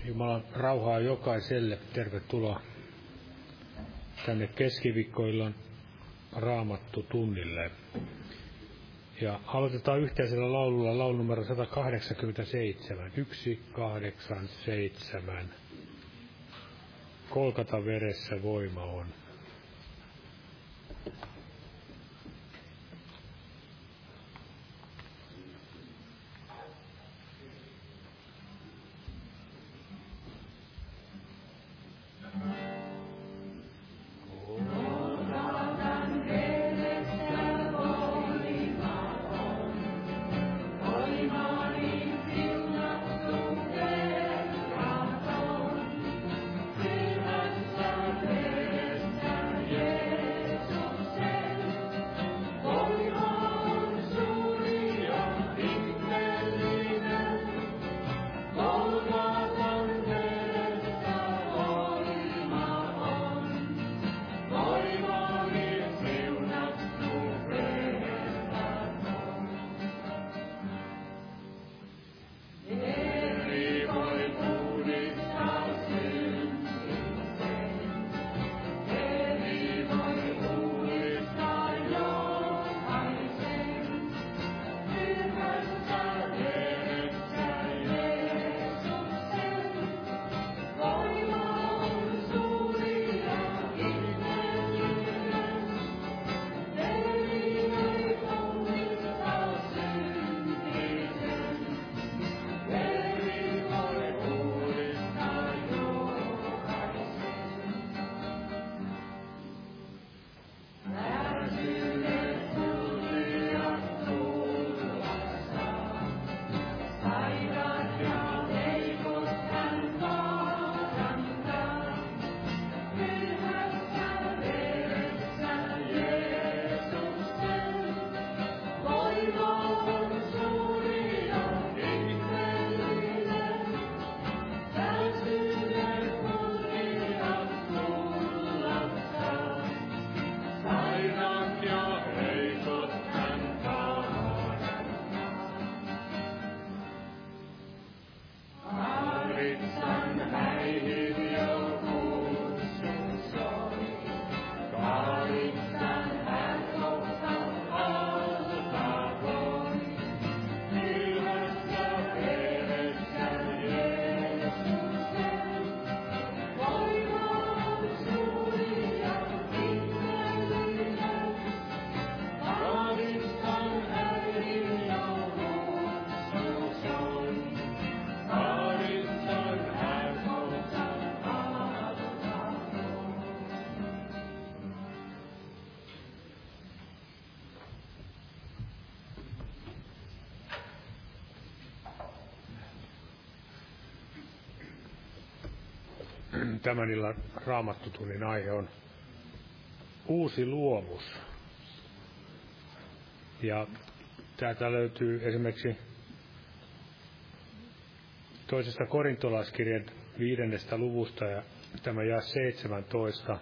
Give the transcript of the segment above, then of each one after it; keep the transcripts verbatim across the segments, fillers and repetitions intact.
Jumalan rauhaa jokaiselle. Tervetuloa tänne keskiviikkoillan Raamattu tunnille. Ja aloitetaan yhteisellä laululla laulu numero sata kahdeksankymmentäseitsemän. yksi kahdeksan seitsemän. Kolkata veressä voima on. Tämän illan Raamattutunnin aihe on uusi luomus. Ja täältä löytyy esimerkiksi toisesta korintolaiskirjan viidennestä luvusta ja tämä jae seitsemäntoista.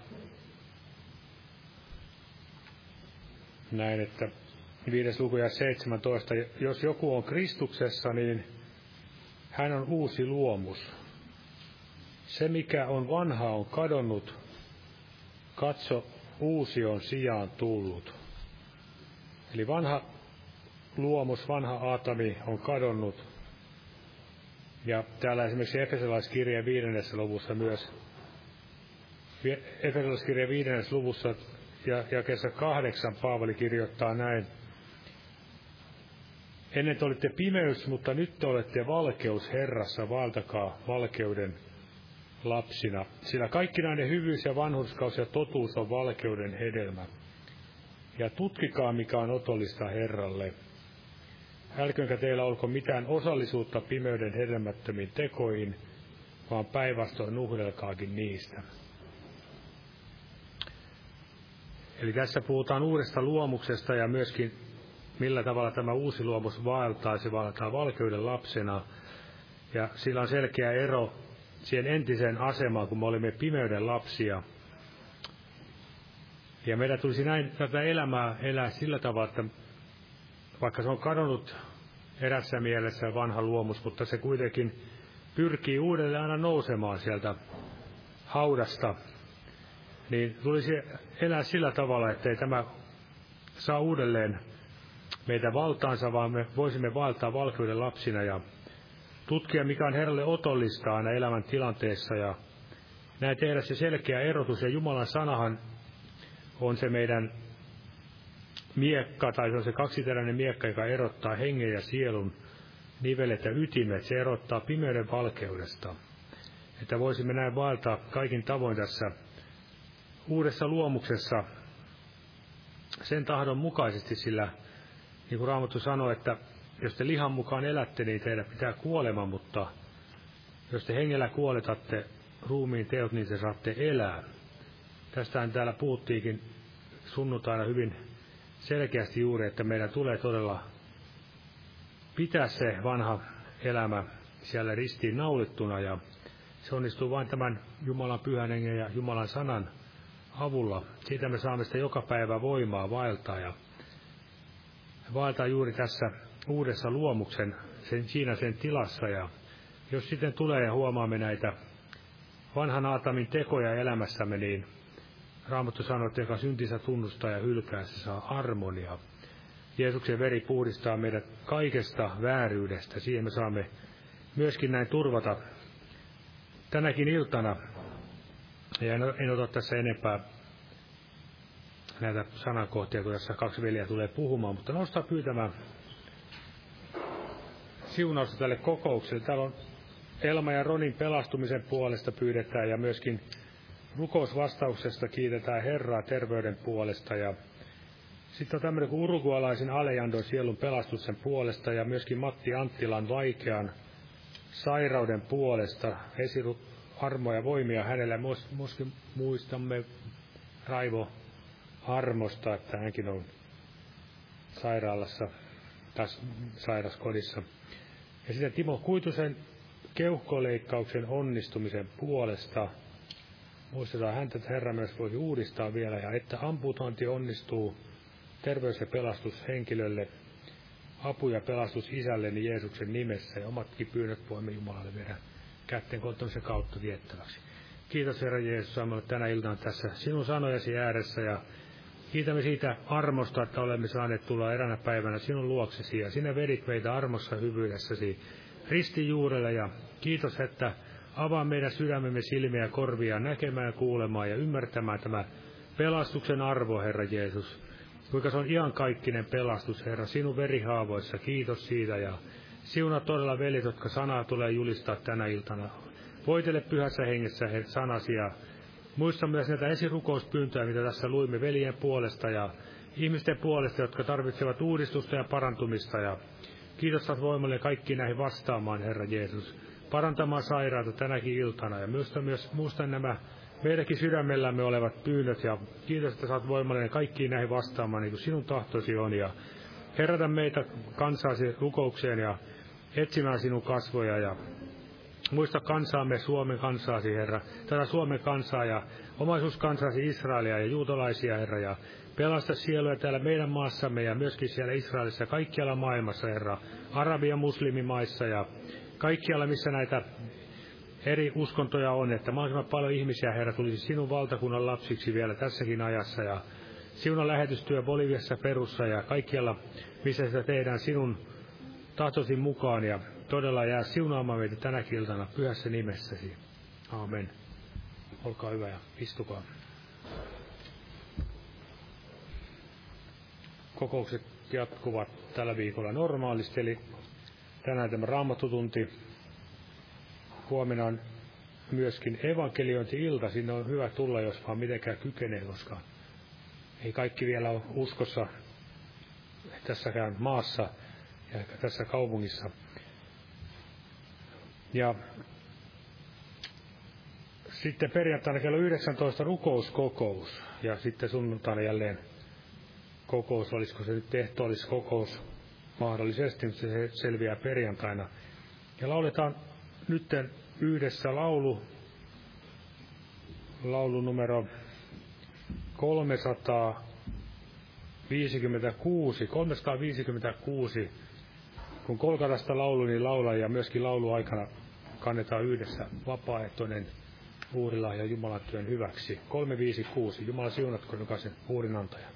Näin, että viides luku jae seitsemäntoista. Jos joku on Kristuksessa, niin hän on uusi luomus. Se, mikä on vanha, on kadonnut. Katso, uusi on sijaan tullut. Eli vanha luomus, vanha Aatami on kadonnut. Ja täällä esimerkiksi Efesolaiskirjan viidennessä luvussa myös, Efesolaiskirjan viidennessä luvussa ja jakeessa kahdeksan Paavali kirjoittaa näin. Ennen te olitte pimeys, mutta nyt te olette valkeus Herrassa, vaeltakaa valkeuden lapsina, sillä kaikkinainen hyvyys ja vanhurskaus ja totuus on valkeuden hedelmä. Ja tutkikaa, mikä on otollista Herralle. Älköönkä teillä olko mitään osallisuutta pimeyden hedelmättömiin tekoihin, vaan päinvastoin nuhdelkaakin niistä. Eli tässä puhutaan uudesta luomuksesta ja myöskin millä tavalla tämä uusi luomus vaeltaisi, vaeltaa valkeuden lapsena. Ja sillä on selkeä ero siihen entiseen asemaan, kun me olimme pimeyden lapsia. Ja meidän tulisi näin tätä elämää elää sillä tavalla, että vaikka se on kadonnut erässä mielessä vanha luomus, mutta se kuitenkin pyrkii uudelleen aina nousemaan sieltä haudasta, niin tulisi elää sillä tavalla, ettei tämä saa uudelleen meitä valtaansa, vaan me voisimme vaeltaa valkeuden lapsina ja tutkia, mikä on Herralle otollista aina elämän tilanteessa, ja näin tehdä se selkeä erotus. Ja Jumalan sanahan on se meidän miekka, tai se on se kaksiteräinen miekka, joka erottaa hengen ja sielun nivelet ja ytimet. Se erottaa pimeyden valkeudesta, että voisimme näin vaeltaa kaikin tavoin tässä uudessa luomuksessa sen tahdon mukaisesti, sillä niin kuin Raamattu sanoo, että jos te lihan mukaan elätte, niin teidän pitää kuolema, mutta jos te hengellä kuoletatte ruumiin teot, niin te saatte elää. Tästähän täällä puhuttiinkin sunnuntaina hyvin selkeästi juuri, että meidän tulee todella pitää se vanha elämä siellä ristiin naulittuna, ja se onnistuu vain tämän Jumalan pyhän hengen ja Jumalan sanan avulla. Siitä me saamme sitä joka päivä voimaa vaeltaa ja vaeltaa juuri tässä uudessa luomuksen, sen, siinä sen tilassa. Ja jos sitten tulee ja huomaamme näitä vanhan Aatamin tekoja elämässämme, niin Raamattu sanoo, että joka syntinsä tunnustaa ja hylkää, se saa armonia. Jeesuksen veri puhdistaa meidät kaikesta vääryydestä. Siihen me saamme myöskin näin turvata tänäkin iltana. Ja en, en ota tässä enempää näitä sanankohtia, kun tässä kaksi veljeä tulee puhumaan, mutta nostaa pyytämään siunausta tälle kokoukselle. Täällä on Elma ja Ronin pelastumisen puolesta pyydetään, ja myöskin rukousvastauksesta kiitetään Herraa terveyden puolesta. Ja sitten on tämmöinen kuin urugualaisen Alejandron sielun pelastuksen puolesta, ja myöskin Matti Anttilan vaikean sairauden puolesta. Esiru armoa ja voimia hänelle. Myöskin muistamme Raivo Armosta, että hänkin on sairaalassa, tässä sairaskodissa. Ja sitten Timo Kuitusen keuhkoleikkauksen onnistumisen puolesta. Muistetaan häntä, että Herra myös voisi uudistaa vielä, ja että amputointi onnistuu terveys- ja pelastus henkilölle, apu ja pelastus isälleni Jeesuksen nimessä, ja omatkin pyynnöt voimme Jumalalle viedä kätten kontomisen kautta viettäväksi. Kiitos Herra Jeesus, saamme olla tänä iltana tässä sinun sanojasi ääressä, ja kiitämme siitä armosta, että olemme saaneet tulla eräänä päivänä sinun luoksesi, ja sinä vedit meitä armossa hyvyydessäsi ristin juurelle, ja kiitos, että avaa meidän sydämemme silmiä ja korvia näkemään, kuulemaan ja ymmärtämään tämä pelastuksen arvo, Herra Jeesus. Kuinka se on iankaikkinen pelastus, Herra, sinun verihaavoissa. Kiitos siitä, ja siunaa todella veljet, jotka sanaa tulee julistaa tänä iltana. Voitele pyhässä hengessä he sanasi, ja muista myös näitä esirukouspyyntöjä, mitä tässä luimme veljen puolesta ja ihmisten puolesta, jotka tarvitsevat uudistusta ja parantumista. Ja kiitos saat voimalle kaikkiin näihin vastaamaan, Herra Jeesus, parantamaan sairaata tänäkin iltana. Ja muista myös muista nämä meidänkin sydämellämme olevat pyynnöt, ja kiitos, että saat voimallinen kaikkiin näihin vastaamaan, niin kuin sinun tahtosi on. Ja herätä meitä kansaasi rukoukseen ja etsimään sinun kasvoja, ja muista kansaamme, Suomen kansaasi, Herra, tätä Suomen kansaa ja omaisuuskansasi Israelia ja juutalaisia, Herra, ja pelasta sieluja täällä meidän maassamme ja myöskin siellä Israelissa ja kaikkialla maailmassa, Herra, arabi- ja muslimimaissa ja kaikkialla, missä näitä eri uskontoja on, että mahdollisimman paljon ihmisiä, Herra, tulisi sinun valtakunnan lapsiksi vielä tässäkin ajassa, ja sinun lähetystyö Boliviassa, Perussa ja kaikkialla, missä sitä tehdään sinun tahtosi mukaan, ja todella jää siunaamaan meitä tänäkin iltana pyhässä nimessäsi. Aamen. Olkaa hyvä ja istukaa. Kokoukset jatkuvat tällä viikolla normaalisti, eli tänään tämä Raamattutunti. Huomenna on myöskin evankeliointi-ilta. Sinne on hyvä tulla, jos vaan mitenkään kykenee, koska ei kaikki vielä ole uskossa tässäkään maassa ja tässä kaupungissa. Ja sitten perjantaina kello yhdeksäntoista rukouskokous, ja sitten sunnuntaina jälleen kokous, olisiko se nyt ehtoolliskokous mahdollisesti, mutta se selviää perjantaina. Ja lauletaan nyt yhdessä laulu, laulu numero kolmesataaviisikymmentäkuusi, kolmesataaviisikymmentäkuusi, kun Kolkatasta laulu, niin laulaa, ja myöskin lauluaikana kannetaan yhdessä vapaaehtoinen uhrilahja Jumalan työn hyväksi. kolme viisi kuusi. Jumala siunatko jokaisen uhrin antajan.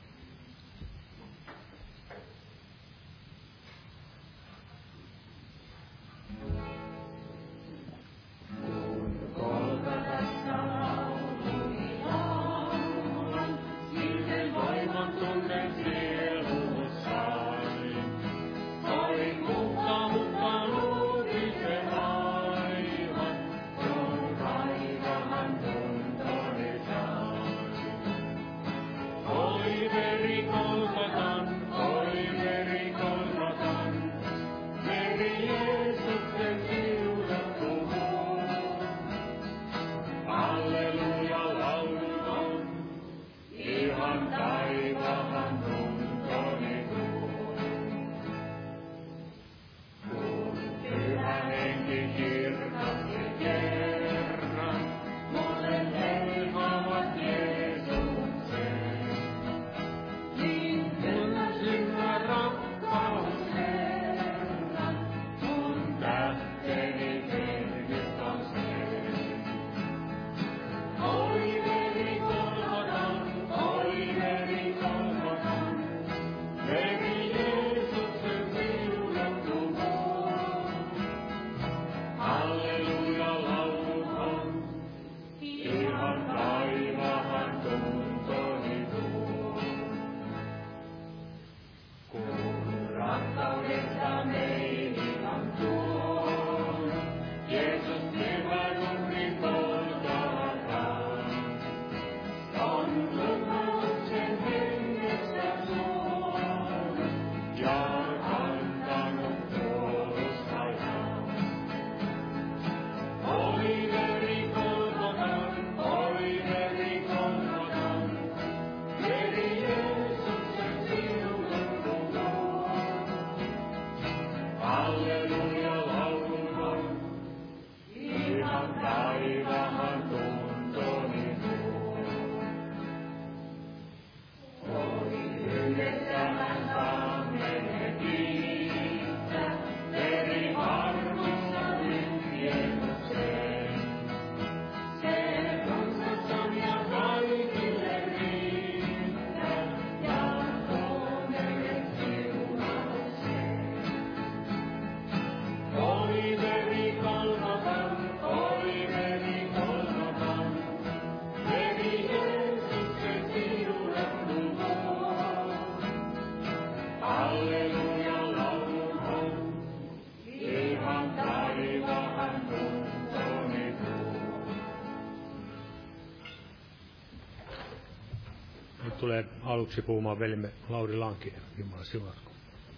Tulee aluksi puhumaan velimme Lauri Lankinen. Jumala siunatko.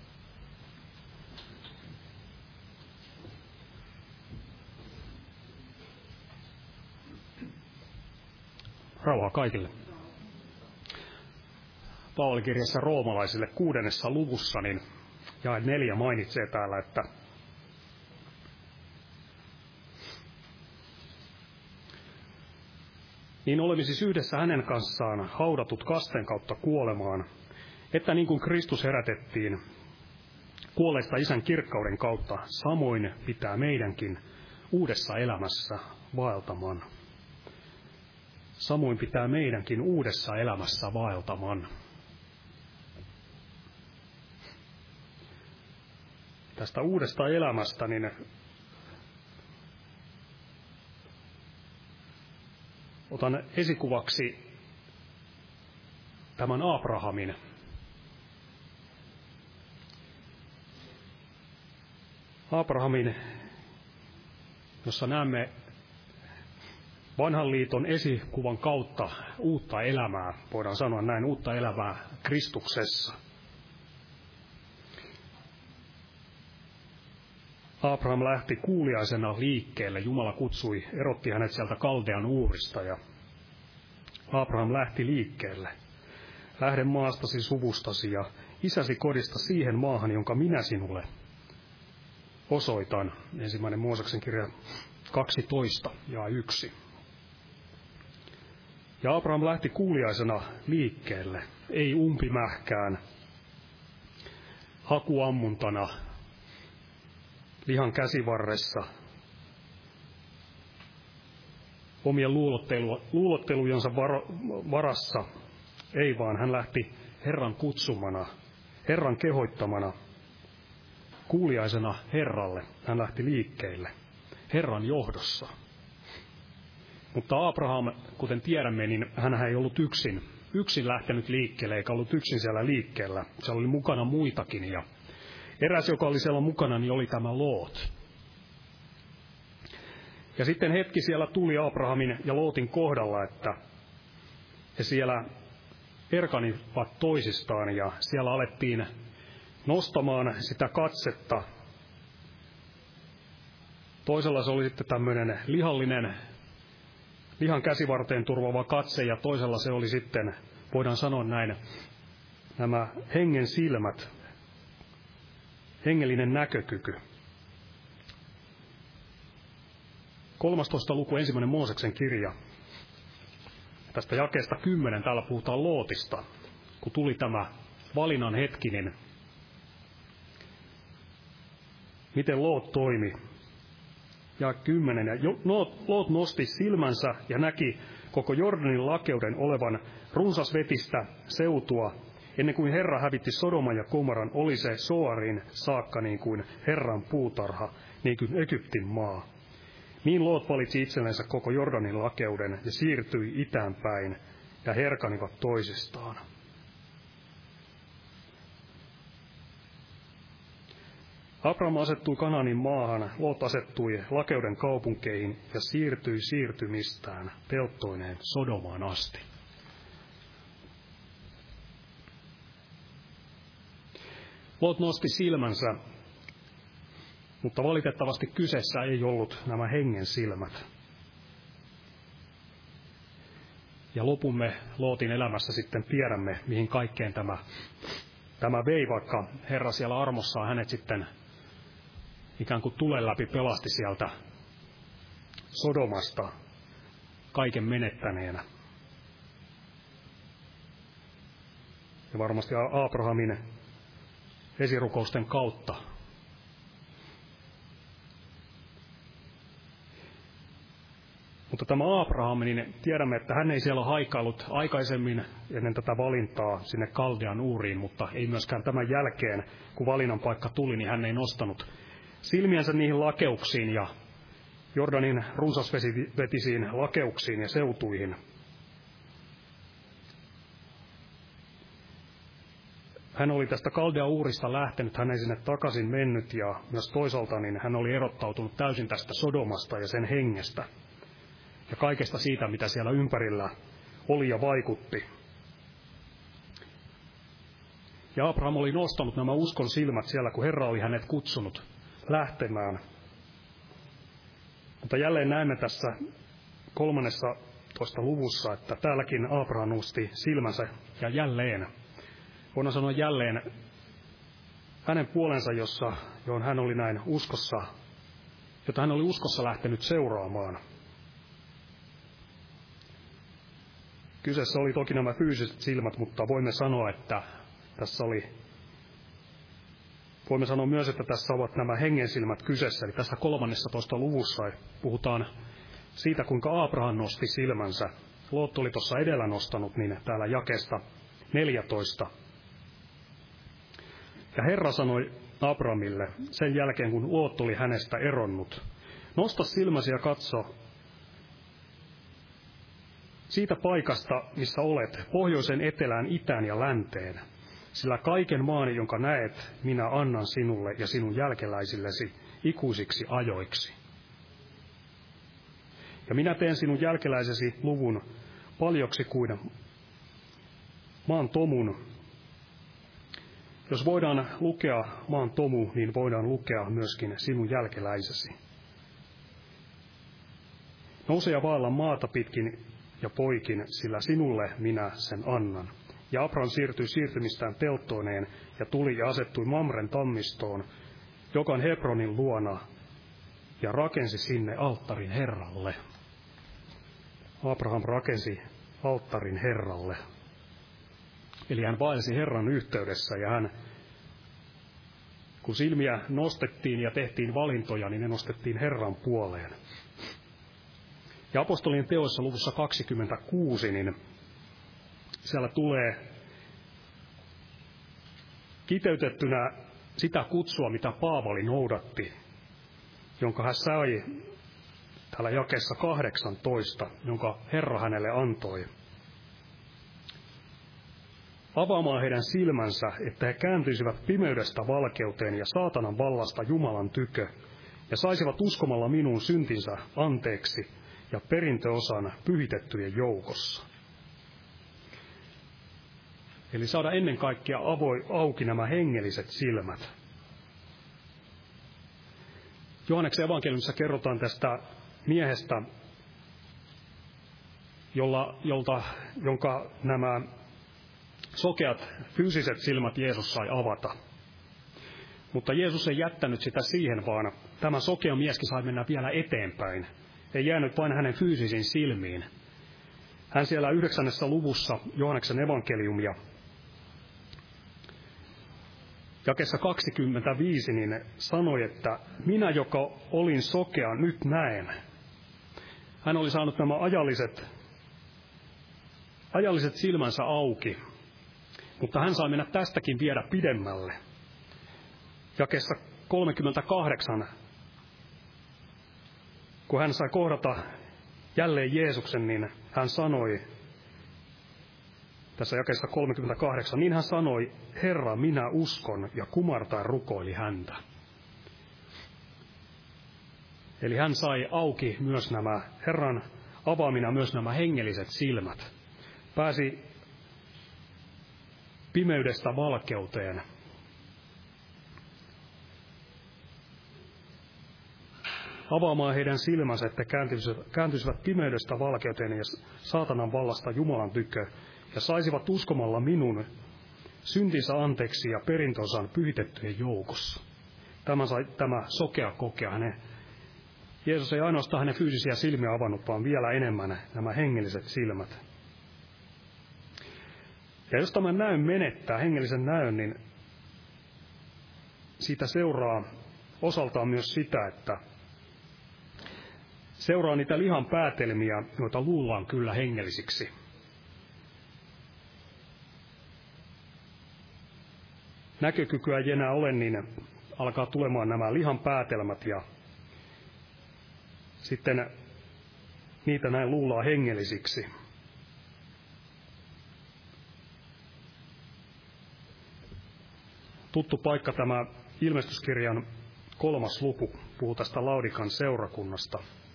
Rauhaa kaikille. Paavalin-kirjassa roomalaisille kuudennessa luvussa, niin jae neljä mainitsee täällä, että niin olemme siis yhdessä hänen kanssaan haudatut kasten kautta kuolemaan, että niin kuin Kristus herätettiin kuolleista Isän kirkkauden kautta, samoin pitää meidänkin uudessa elämässä vaeltamaan. Samoin pitää meidänkin uudessa elämässä vaeltamaan. Tästä uudesta elämästä, niin otan esikuvaksi tämän Abrahamin. Abrahamin, jossa näemme vanhan liiton esikuvan kautta uutta elämää, voidaan sanoa näin, uutta elämää Kristuksessa. Abraham lähti kuuliaisena liikkeelle. Jumala kutsui, erotti hänet sieltä Kaldean Uurista ja Abraham lähti liikkeelle. Lähde maastasi, suvustasi ja isäsi kodista siihen maahan, jonka minä sinulle osoitan. Ensimmäinen Mooseksen kirja kaksitoista ja yksi. Ja Abraham lähti kuuliaisena liikkeelle, ei umpimähkään, hakuammuntana, lihan käsivarressa, omien luulottelujensa varassa. Ei vaan, hän lähti Herran kutsumana, Herran kehoittamana, kuuliaisena Herralle. Hän lähti liikkeelle, Herran johdossa. Mutta Abraham, kuten tiedämme, niin hän ei ollut yksin, yksin lähtenyt liikkeelle, eikä ollut yksin siellä liikkeellä. Siellä oli mukana muitakin, ja eräs, joka oli siellä mukana, niin oli tämä Loot. Ja sitten hetki siellä tuli Abrahamin ja Lootin kohdalla, että he siellä erkanivat toisistaan, ja siellä alettiin nostamaan sitä katsetta. Toisella se oli sitten tämmöinen lihallinen, lihan käsivarteen turvava katse, ja toisella se oli sitten, voidaan sanoa näin, nämä hengen silmät, hengellinen näkökyky. kolmastoista luku, ensimmäinen Mooseksen kirja. Tästä jakeesta kymmenen täällä puhutaan Lootista, kun tuli tämä valinnan hetki, niin miten Loot toimi. Ja kymmenen. Ja Loot nosti silmänsä ja näki koko Jordanin lakeuden olevan runsasvetistä seutua. Ennen kuin Herra hävitti Sodoman ja Gomoran, oli se Soarin saakka niin kuin Herran puutarha, niin kuin Egyptin maa. Niin Loot valitsi itsellensä koko Jordanin lakeuden ja siirtyi itään päin, ja he erkanivat toisistaan. Abraham asettui Kanaanin maahan, Loot asettui lakeuden kaupunkeihin ja siirtyi siirtymistään telttoineen Sodomaan asti. Loot nosti silmänsä, mutta valitettavasti kyseessä ei ollut nämä hengen silmät. Ja lopumme Lootin elämässä sitten tiedämme, mihin kaikkeen tämä, tämä vei, vaikka Herra siellä armossaan hänet sitten ikään kuin tulen läpi pelasti sieltä Sodomasta kaiken menettäneenä. Ja varmasti Abrahamin esirukousten kautta. Mutta tämä Abraham, niin tiedämme, että hän ei siellä haikailut aikaisemmin ennen tätä valintaa sinne Kaldean Uuriin, mutta ei myöskään tämän jälkeen, kun valinnan paikka tuli, niin hän ei nostanut silmiänsä niihin lakeuksiin ja Jordanin runsasvetisiin lakeuksiin ja seutuihin. Hän oli tästä Kaldean Uurista lähtenyt, hän ei sinne takaisin mennyt, ja myös toisaalta niin hän oli erottautunut täysin tästä Sodomasta ja sen hengestä ja kaikesta siitä, mitä siellä ympärillä oli ja vaikutti. Ja Abraham oli nostanut nämä uskon silmät siellä, kun Herra oli hänet kutsunut lähtemään. Mutta jälleen näemme tässä kolmannessa toista luvussa, että täälläkin Abraham nosti silmänsä ja jälleen, voidaan sanoa jälleen, hänen puolensa, jossa, johon hän oli näin uskossa, jota hän oli uskossa lähtenyt seuraamaan. Kyseessä oli toki nämä fyysiset silmät, mutta voimme sanoa, että tässä oli, voimme sanoa myös, että tässä ovat nämä hengen silmät kyseessä. Eli tässä kolmannessa toista luvussa puhutaan siitä, kuinka Abraham nosti silmänsä. Loot oli tuossa edellä nostanut, niin täällä jakeesta neljätoista. Ja Herra sanoi Abrahamille sen jälkeen, kun Loot oli hänestä eronnut: nosta silmäsi ja katso siitä paikasta, missä olet, pohjoisen, etelään, itään ja länteen. Sillä kaiken maan, jonka näet, minä annan sinulle ja sinun jälkeläisillesi ikuisiksi ajoiksi. Ja minä teen sinun jälkeläisesi luvun paljoksi kuin maan tomun. Jos voidaan lukea maan tomu, niin voidaan lukea myöskin sinun jälkeläisesi. Nouse ja vaella maata pitkin ja poikin, sillä sinulle minä sen annan. Ja Abraham siirtyi siirtymistään telttoineen ja tuli ja asettui Mamren tammistoon, joka on Hebronin luona, ja rakensi sinne alttarin Herralle. Abraham rakensi alttarin Herralle. Eli hän vaelsi Herran yhteydessä, ja hän, kun silmiä nostettiin ja tehtiin valintoja, niin ne nostettiin Herran puoleen. Ja apostolien teoissa luvussa kaksikymmentäkuusi, niin siellä tulee kiteytettynä sitä kutsua, mitä Paavali noudatti, jonka hän sai täällä jakeessa kahdeksantoista, jonka Herra hänelle antoi. Avaamaan heidän silmänsä, että he kääntyisivät pimeydestä valkeuteen ja saatanan vallasta Jumalan tykö, ja saisivat uskomalla minun syntinsä anteeksi ja perintöosan pyhitettyjen joukossa. Eli saada ennen kaikkea avoi, auki nämä hengelliset silmät. Johanneksen evankeliumissa kerrotaan tästä miehestä, jolla, jolta, jonka nämä sokeat fyysiset silmät Jeesus sai avata. Mutta Jeesus ei jättänyt sitä siihen, vaan tämä sokea mieskin sai mennä vielä eteenpäin. Ei jäänyt vain hänen fyysisiin silmiin. Hän siellä yhdeksännessä luvussa Johanneksen evankeliumia jakeessa kaksikymmentäviisi niin sanoi, että minä, joka olin sokea, nyt näen. Hän oli saanut nämä ajalliset, ajalliset silmänsä auki, mutta hän sai mennä tästäkin viedä pidemmälle. Jakeessa kolmekymmentäkahdeksan, kun hän sai kohdata jälleen Jeesuksen, niin hän sanoi, tässä jakeessa kolmekymmentäkahdeksan, niin hän sanoi, Herra, minä uskon, ja kumartaen rukoili häntä. Eli hän sai auki myös nämä, Herran avaamina myös nämä hengelliset silmät. Pääsi pimeydestä valkeuteen. Avaamaan heidän silmänsä, että kääntyisivät, kääntyisivät pimeydestä valkeuteen ja saatanan vallasta Jumalan tykö, ja saisivat uskomalla minun syntinsä anteeksi ja perintöosan pyhitettyjen joukossa. Tämä sai tämä sokea kokea. Hänen, Jeesus ei ainoastaan hänen fyysisiä silmiä avannut, vaan vielä enemmän nämä hengelliset silmät. Ja jos tämän näön menettää, hengellisen näön, niin siitä seuraa osaltaan myös sitä, että seuraa niitä lihan päätelmiä, joita luullaan kyllä hengellisiksi. Näkökykyä ei enää ole, niin alkaa tulemaan nämä lihan päätelmät ja sitten niitä näin luullaan hengellisiksi. Tuttu paikka tämä ilmestyskirjan kolmas luku puhuu tästä Laodikan seurakunnasta.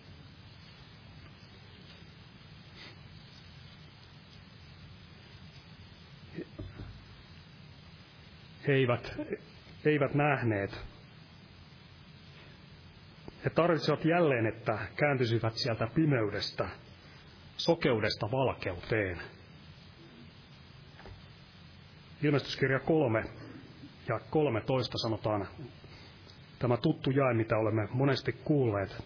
He eivät, eivät nähneet. He tarvitsivat jälleen, että kääntyisivät sieltä pimeydestä, sokeudesta valkeuteen. Ilmestyskirja kolme ja kolmetoista sanotaan tämä tuttu jae, mitä olemme monesti kuulleet,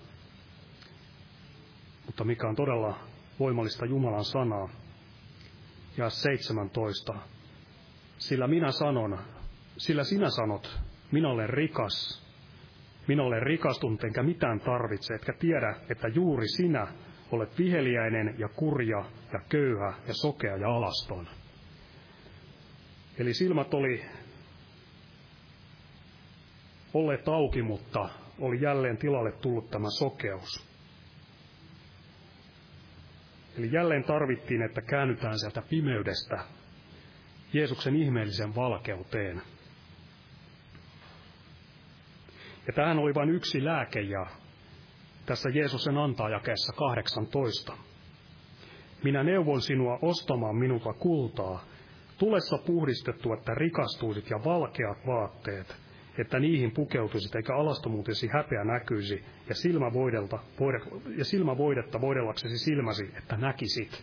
mutta mikä on todella voimallista Jumalan sanaa. Ja seitsemäntoista. Sillä minä sanon, sillä sinä sanot, minä olen rikas, minä olen rikastunut enkä mitään tarvitse, etkä tiedä, että juuri sinä olet viheliäinen ja kurja ja köyhä ja sokea ja alaston. Eli silmät oli olleet auki, mutta oli jälleen tilalle tullut tämä sokeus. Eli jälleen tarvittiin, että käännytään sieltä pimeydestä Jeesuksen ihmeellisen valkeuteen. Ja tähän oli vain yksi lääke, ja tässä Jeesus sen antaa jakeessa kahdeksantoista. Minä neuvon sinua ostamaan minulta kultaa, tulessa puhdistettu, että rikastuisit ja valkeat vaatteet, että niihin pukeutuisit eikä alastomuutesi häpeä näkyisi, ja silmä, voidelta, voide, ja silmä voidetta voidellaksesi silmäsi, että näkisit.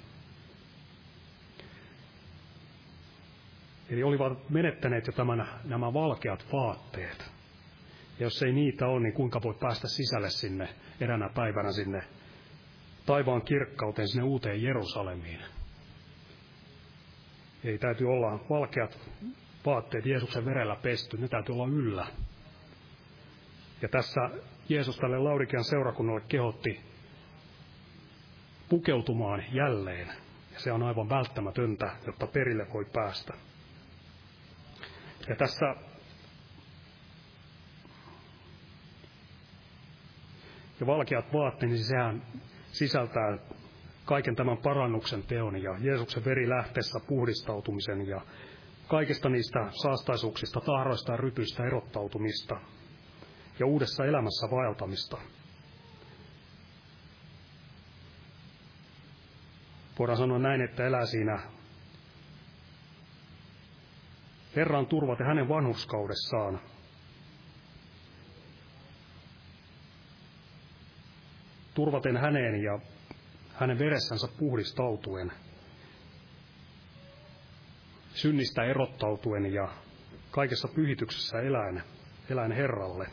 Eli olivat menettäneet jo tämän, nämä valkeat vaatteet. Ja jos ei niitä ole, niin kuinka voit päästä sisälle sinne eräänä päivänä sinne taivaan kirkkauteen, sinne uuteen Jerusalemiin. Ei täytyy olla valkeat vaatteet Jeesuksen verellä pesty, ne täytyy olla yllä. Ja tässä Jeesus tälle Laodikian seurakunnalle kehotti pukeutumaan jälleen. Ja se on aivan välttämätöntä, jotta perille voi päästä. Ja tässä ja valkeat vaatteet, niin sehän sisältää kaiken tämän parannuksen teon ja Jeesuksen veri lähteessä puhdistautumisen ja kaikista niistä saastaisuuksista, tahroista ja rypyistä erottautumista ja uudessa elämässä vaeltamista. Voidaan sanoa näin, että elää siinä Herran turvat ja hänen vanhurskaudessaan. Turvaten häneen ja hänen veressänsä puhdistautuen, synnistä erottautuen ja kaikessa pyhityksessä eläen, eläen Herralle.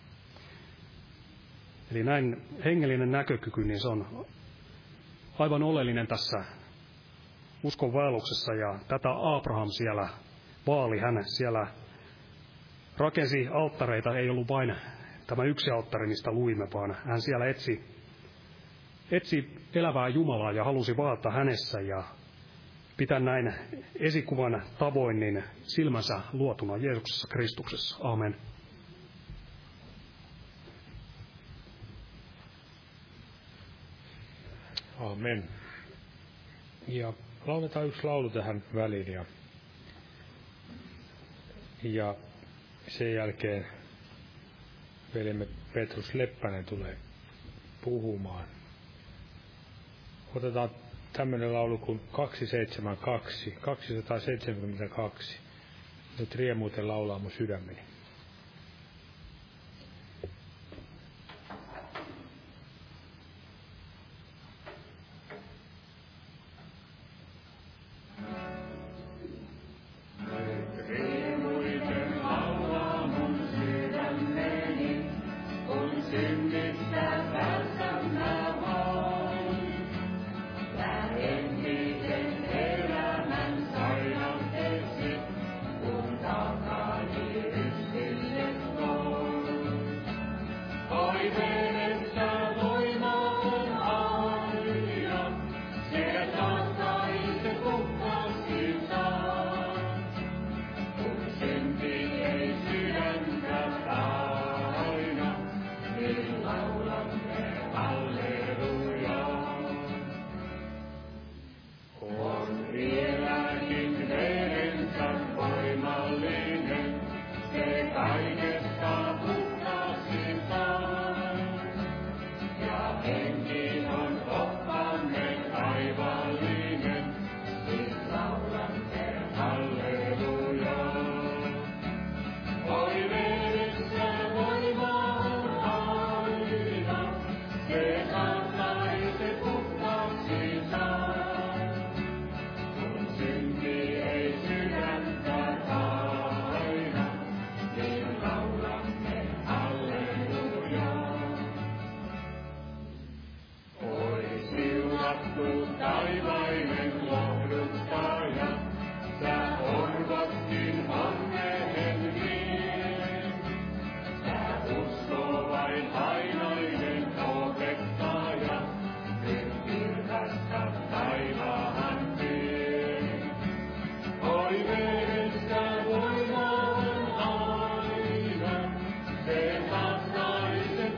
Eli näin hengellinen näkökyky, niin se on aivan oleellinen tässä uskon vaelluksessa, ja tätä Abraham siellä vaali. Hän siellä rakensi alttareita, ei ollut vain tämä yksi alttari, mistä luimme, vaan hän siellä etsi, etsi elävää Jumalaa ja halusi vaeltaa hänessä ja pitää näin esikuvan tavoin niin silmänsä luotuna Jeesuksessa Kristuksessa. Amen. Amen. Ja lauletaan yksi laulu tähän väliin ja, ja sen jälkeen veljemme Petrus Leppänen tulee puhumaan. Otetaan tämmöinen laulu kuin kaksisataaseitsemänkymmentäkaksi, kaksisataaseitsemänkymmentäkaksi. Nyt riemuuten laulaa mun sydämeni.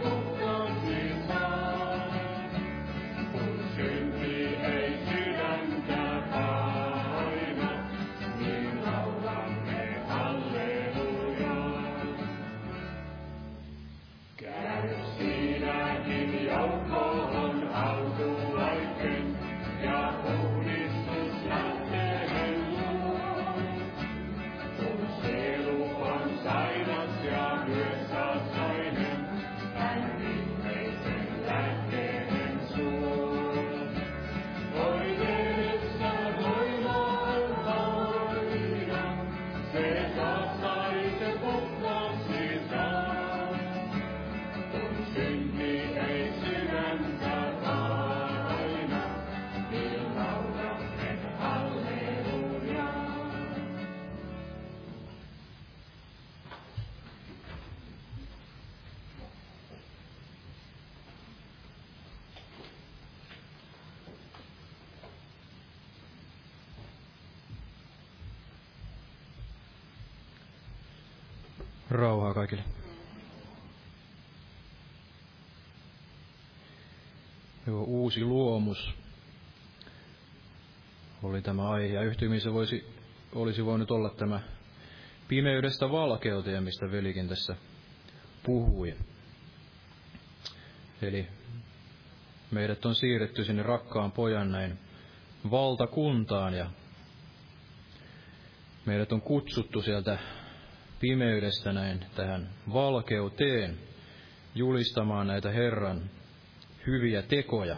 Synti ei sydäntä Rauhaa kaikille. Joo, uusi luomus oli tämä aihe, ja yhtymissä voisi, olisi voinut olla tämä pimeydestä valkeuteen, mistä velikin tässä puhui. Eli meidät on siirretty sinne rakkaan pojan näin valtakuntaan, ja meidät on kutsuttu sieltä pimeydestä näin tähän valkeuteen julistamaan näitä Herran hyviä tekoja.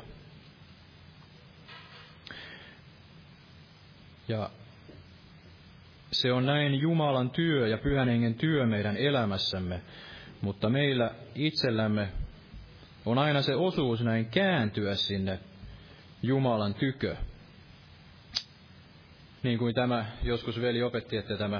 Ja se on näin Jumalan työ ja Pyhän Hengen työ meidän elämässämme, mutta meillä itsellämme on aina se osuus näin kääntyä sinne Jumalan tykö. Niin kuin tämä joskus veli opetti, että tämä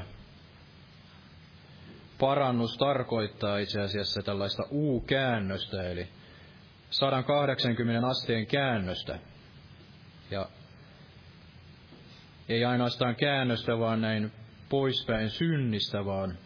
parannus tarkoittaa itse asiassa tällaista U-käännöstä, eli sata kahdeksankymmentä asteen käännöstä. Ja ei ainoastaan käännöstä, vaan näin poispäin synnistä, vaan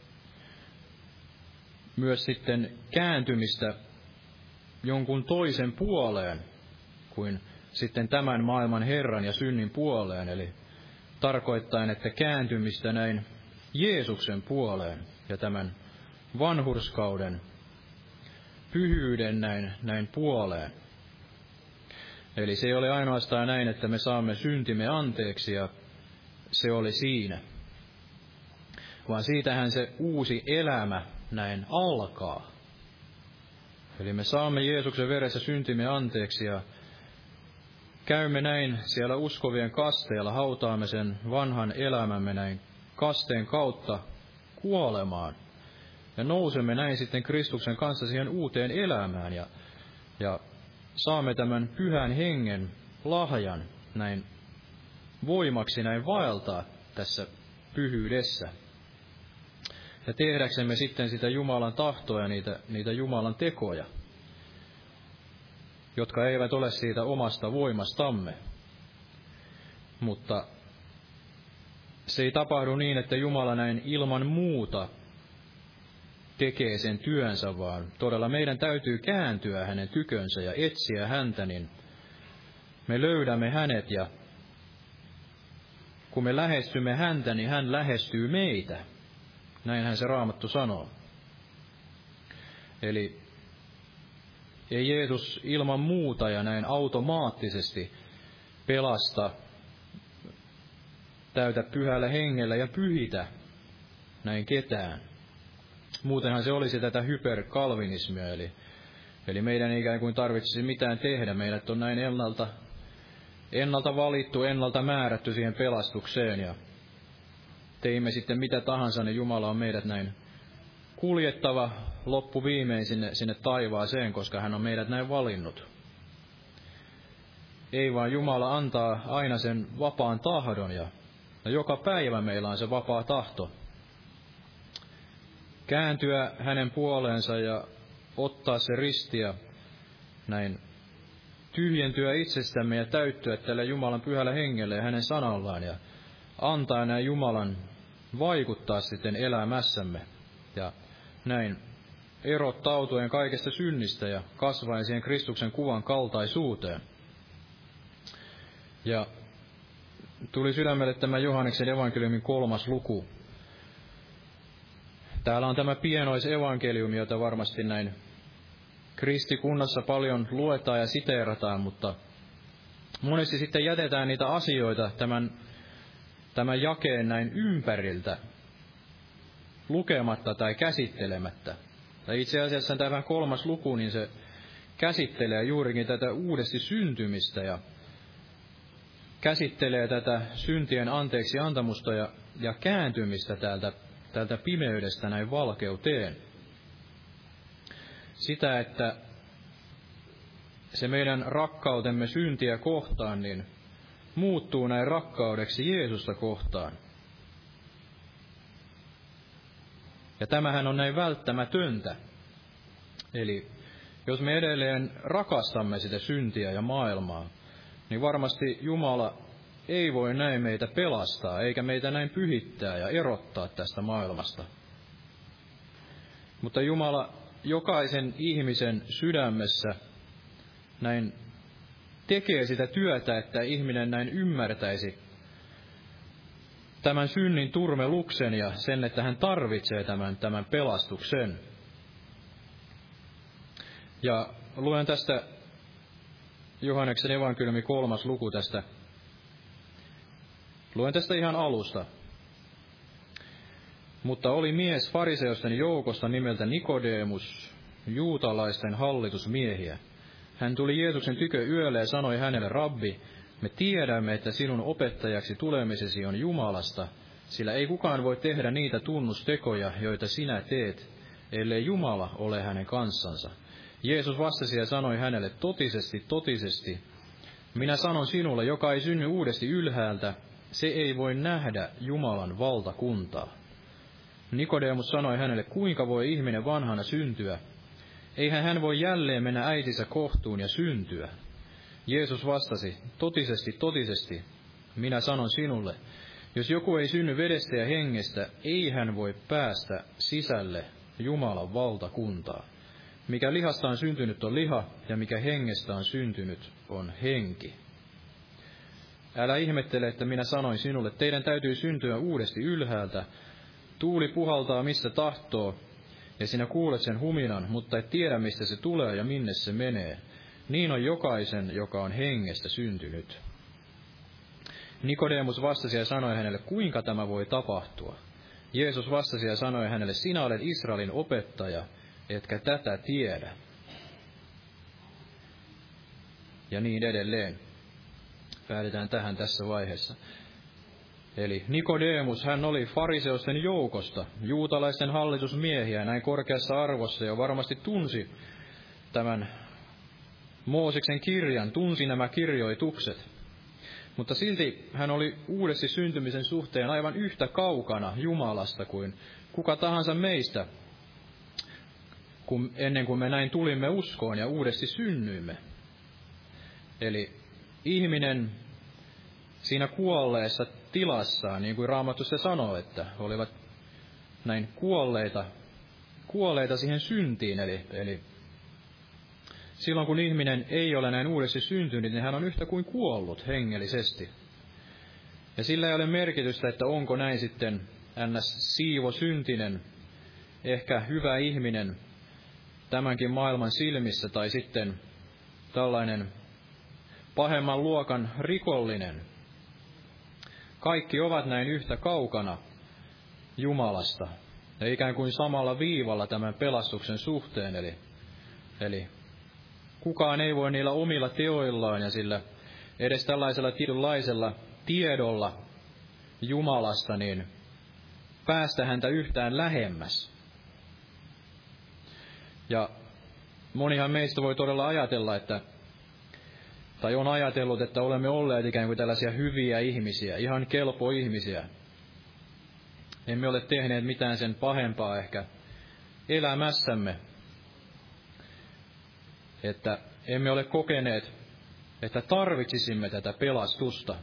myös sitten kääntymistä jonkun toisen puoleen kuin sitten tämän maailman Herran ja synnin puoleen, eli tarkoittaen, että kääntymistä näin Jeesuksen puoleen ja tämän vanhurskauden, pyhyyden näin, näin puoleen. Eli se ei ole ainoastaan näin, että me saamme syntimme anteeksi ja se oli siinä, vaan siitähän se uusi elämä näin alkaa. Eli me saamme Jeesuksen veressä syntimme anteeksi ja käymme näin siellä uskovien kasteella, hautaamme sen vanhan elämämme näin kasteen kautta kuolemaan. Ja nousemme näin sitten Kristuksen kanssa siihen uuteen elämään ja, ja saamme tämän Pyhän Hengen lahjan näin voimaksi näin vaeltaa tässä pyhyydessä. Ja tehdäksemme sitten sitä Jumalan tahtoa ja niitä, niitä Jumalan tekoja, jotka eivät ole siitä omasta voimastamme. Mutta se ei tapahdu niin, että Jumala näin ilman muuta tekee sen työnsä, vaan todella meidän täytyy kääntyä hänen tykönsä ja etsiä häntä, niin me löydämme hänet, ja kun me lähestymme häntä, niin hän lähestyy meitä. Näinhän se Raamattu sanoo. Eli ei Jeesus ilman muuta ja näin automaattisesti pelasta, täytä Pyhällä Hengellä ja pyhitä näin ketään. Muutenhan se olisi tätä hyperkalvinismia, eli, eli meidän ei ikään kuin tarvitsisi mitään tehdä. Meidät on näin ennalta, ennalta valittu, ennalta määrätty siihen pelastukseen, ja teimme sitten mitä tahansa, niin Jumala on meidät näin kuljettava loppuviimein sinne, sinne taivaaseen, koska hän on meidät näin valinnut. Ei vaan Jumala antaa aina sen vapaan tahdon, ja, ja joka päivä meillä on se vapaa tahto kääntyä hänen puoleensa ja ottaa se risti ja näin tyhjentyä itsestämme ja täyttyä tällä Jumalan Pyhällä Hengellä ja hänen sanallaan ja antaa näin Jumalan vaikuttaa sitten elämässämme ja näin erottautuen kaikesta synnistä ja kasvaen siihen Kristuksen kuvan kaltaisuuteen. Ja tuli sydämelle tämä Johanneksen evankeliumin kolmas luku. Täällä on tämä pienoisevankeliumi, jota varmasti näin kristikunnassa paljon luetaan ja siteerataan, mutta monesti sitten jätetään niitä asioita tämän, tämän jakeen näin ympäriltä lukematta tai käsittelemättä. Ja itse asiassa tämä kolmas luku, niin se käsittelee juurikin tätä uudesti syntymistä ja käsittelee tätä syntien anteeksi antamusta ja, ja kääntymistä täältä, täältä pimeydestä näin valkeuteen. Sitä, että se meidän rakkautemme syntiä kohtaan, niin muuttuu näin rakkaudeksi Jeesusta kohtaan. Ja tämähän on näin välttämätöntä. Eli jos me edelleen rakastamme sitä syntiä ja maailmaa, niin varmasti Jumala ei voi näin meitä pelastaa, eikä meitä näin pyhittää ja erottaa tästä maailmasta. Mutta Jumala jokaisen ihmisen sydämessä näin tekee sitä työtä, että ihminen näin ymmärtäisi tämän synnin turmeluksen ja sen, että hän tarvitsee tämän, tämän pelastuksen. Ja luen tästä Johanneksen evankeliumi kolmas luku tästä. Luen tästä ihan alusta. Mutta oli mies fariseusten joukosta nimeltä Nikodemus, juutalaisten hallitusmiehiä. Hän tuli Jeesuksen tykö yöllä ja sanoi hänelle, Rabbi, me tiedämme, että sinun opettajaksi tulemisesi on Jumalasta, sillä ei kukaan voi tehdä niitä tunnustekoja, joita sinä teet, ellei Jumala ole hänen kanssansa. Jeesus vastasi ja sanoi hänelle, totisesti, totisesti, minä sanon sinulle, joka ei synny uudesti ylhäältä, se ei voi nähdä Jumalan valtakuntaa. Nikodemus sanoi hänelle, kuinka voi ihminen vanhana syntyä? Eihän hän voi jälleen mennä äitinsä kohtuun ja syntyä. Jeesus vastasi, totisesti, totisesti, minä sanon sinulle, jos joku ei synny vedestä ja hengestä, ei hän voi päästä sisälle Jumalan valtakuntaa. Mikä lihasta on syntynyt on liha, ja mikä hengestä on syntynyt on henki. Älä ihmettele, että minä sanoin sinulle, teidän täytyy syntyä uudesti ylhäältä. Tuuli puhaltaa missä tahtoo, ja sinä kuulet sen huminan, mutta et tiedä mistä se tulee ja minne se menee. Niin on jokaisen, joka on hengestä syntynyt. Nikodemus vastasi ja sanoi hänelle, kuinka tämä voi tapahtua? Jeesus vastasi ja sanoi hänelle, sinä olet Israelin opettaja, etkä tätä tiedä. Ja niin edelleen. Päädytään tähän tässä vaiheessa. Eli Nikodemus, hän oli fariseusten joukosta, juutalaisten hallitusmiehiä, näin korkeassa arvossa, ja varmasti tunsi tämän Mooseksen kirjan, tunsi nämä kirjoitukset. Mutta silti hän oli uudesti syntymisen suhteen aivan yhtä kaukana Jumalasta kuin kuka tahansa meistä, kun, ennen kuin me näin tulimme uskoon ja uudesti synnyimme. Eli ihminen siinä kuolleessa tilassaan, niin kuin Raamattu se sanoo, että olivat näin kuolleita, kuolleita siihen syntiin. Eli, eli silloin kun ihminen ei ole näin uudesti syntynyt, niin hän on yhtä kuin kuollut hengellisesti. Ja sillä ei ole merkitystä, että onko näin sitten ns. Siivosyntinen, ehkä hyvä ihminen tämänkin maailman silmissä, tai sitten tällainen pahemman luokan rikollinen. Kaikki ovat näin yhtä kaukana Jumalasta ja ikään kuin samalla viivalla tämän pelastuksen suhteen. Eli, eli kukaan ei voi niillä omilla teoillaan ja sillä edes tällaisella tietynlaisella tiedolla Jumalasta niin päästä häntä yhtään lähemmäs. Ja monihan meistä voi todella ajatella, että tai on ajatellut, että olemme olleet ikään kuin tällaisia hyviä ihmisiä, ihan kelpo ihmisiä. Emme ole tehneet mitään sen pahempaa ehkä elämässämme. Että emme ole kokeneet, että tarvitsisimme tätä pelastusta.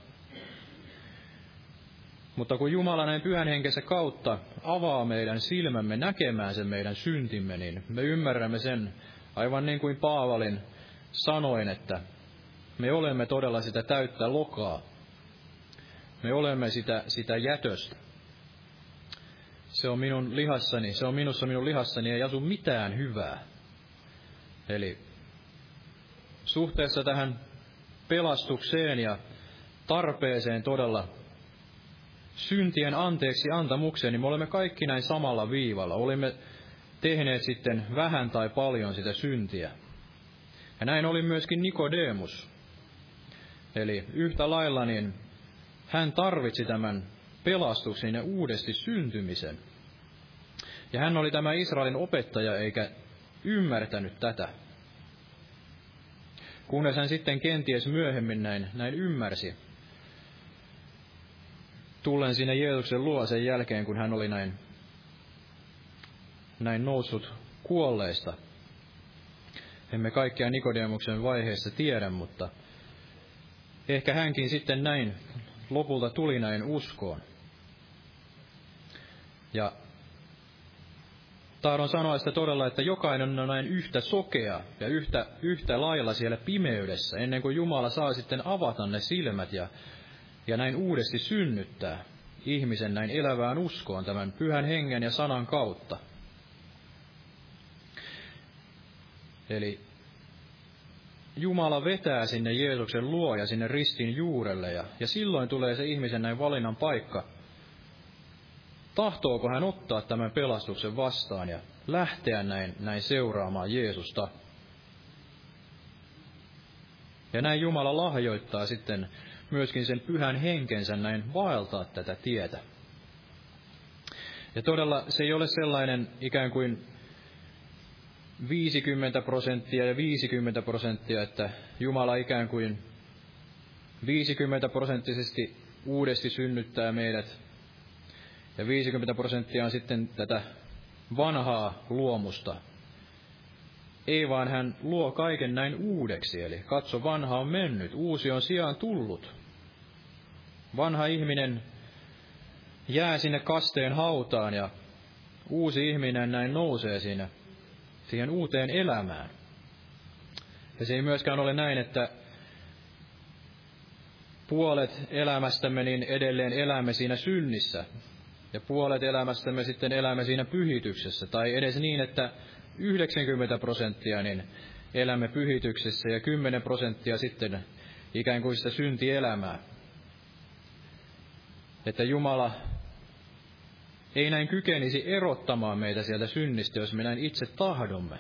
Mutta kun Jumala näin pyhän henkensä kautta avaa meidän silmämme näkemään sen meidän syntimme, niin me ymmärrämme sen aivan niin kuin Paavalin sanoin, että me olemme todella sitä täyttä lokaa. Me olemme sitä, sitä jätöstä. Se on minun lihassani, se on minussa minun lihassani, ei asu mitään hyvää. Eli suhteessa tähän pelastukseen ja tarpeeseen todella syntien anteeksi antamukseen, niin me olemme kaikki näin samalla viivalla. Olemme tehneet sitten vähän tai paljon sitä syntiä. Ja näin oli myöskin Nikodemus. Eli yhtä lailla niin hän tarvitsi tämän pelastuksen ja uudesti syntymisen. Ja hän oli tämä Israelin opettaja eikä ymmärtänyt tätä. Kunnes hän sitten kenties myöhemmin näin, näin ymmärsi. Tullen sinne Jeesuksen luo sen jälkeen, kun hän oli näin, näin noussut kuolleista. Emme kaikkia Nikodemuksen vaiheessa tiedä, mutta ehkä hänkin sitten näin lopulta tuli näin uskoon. Ja tahdon sanoa sitä todella, että jokainen on näin yhtä sokea ja yhtä, yhtä lailla siellä pimeydessä, ennen kuin Jumala saa sitten avata ne silmät ja, ja näin uudesti synnyttää ihmisen näin elävään uskoon tämän pyhän hengen ja sanan kautta. Eli Jumala vetää sinne Jeesuksen luo ja sinne ristin juurelle, ja, ja silloin tulee se ihmisen näin valinnan paikka. Tahtooko hän ottaa tämän pelastuksen vastaan ja lähteä näin, näin seuraamaan Jeesusta? Ja näin Jumala lahjoittaa sitten myöskin sen pyhän henkensä näin vaeltaa tätä tietä. Ja todella se ei ole sellainen ikään kuin viisikymmentä prosenttia ja viisikymmentä prosenttia, että Jumala ikään kuin viisikymmentä prosenttisesti uudesti synnyttää meidät, ja viisikymmentä prosenttia on sitten tätä vanhaa luomusta. Ei vaan hän luo kaiken näin uudeksi, eli katso, vanha on mennyt, uusi on sijaan tullut. Vanha ihminen jää sinne kasteen hautaan, ja uusi ihminen näin nousee siinä siihen uuteen elämään. Ja se ei myöskään ole näin, että puolet elämästämme niin edelleen elämme siinä synnissä, ja puolet elämästämme sitten elämme siinä pyhityksessä, tai edes niin, että yhdeksänkymmentä prosenttia niin elämme pyhityksessä ja kymmenen prosenttia sitten ikään kuin sitä syntielämää. Että Jumala ei näin kykenisi erottamaan meitä sieltä synnistä, jos me näin itse tahdomme.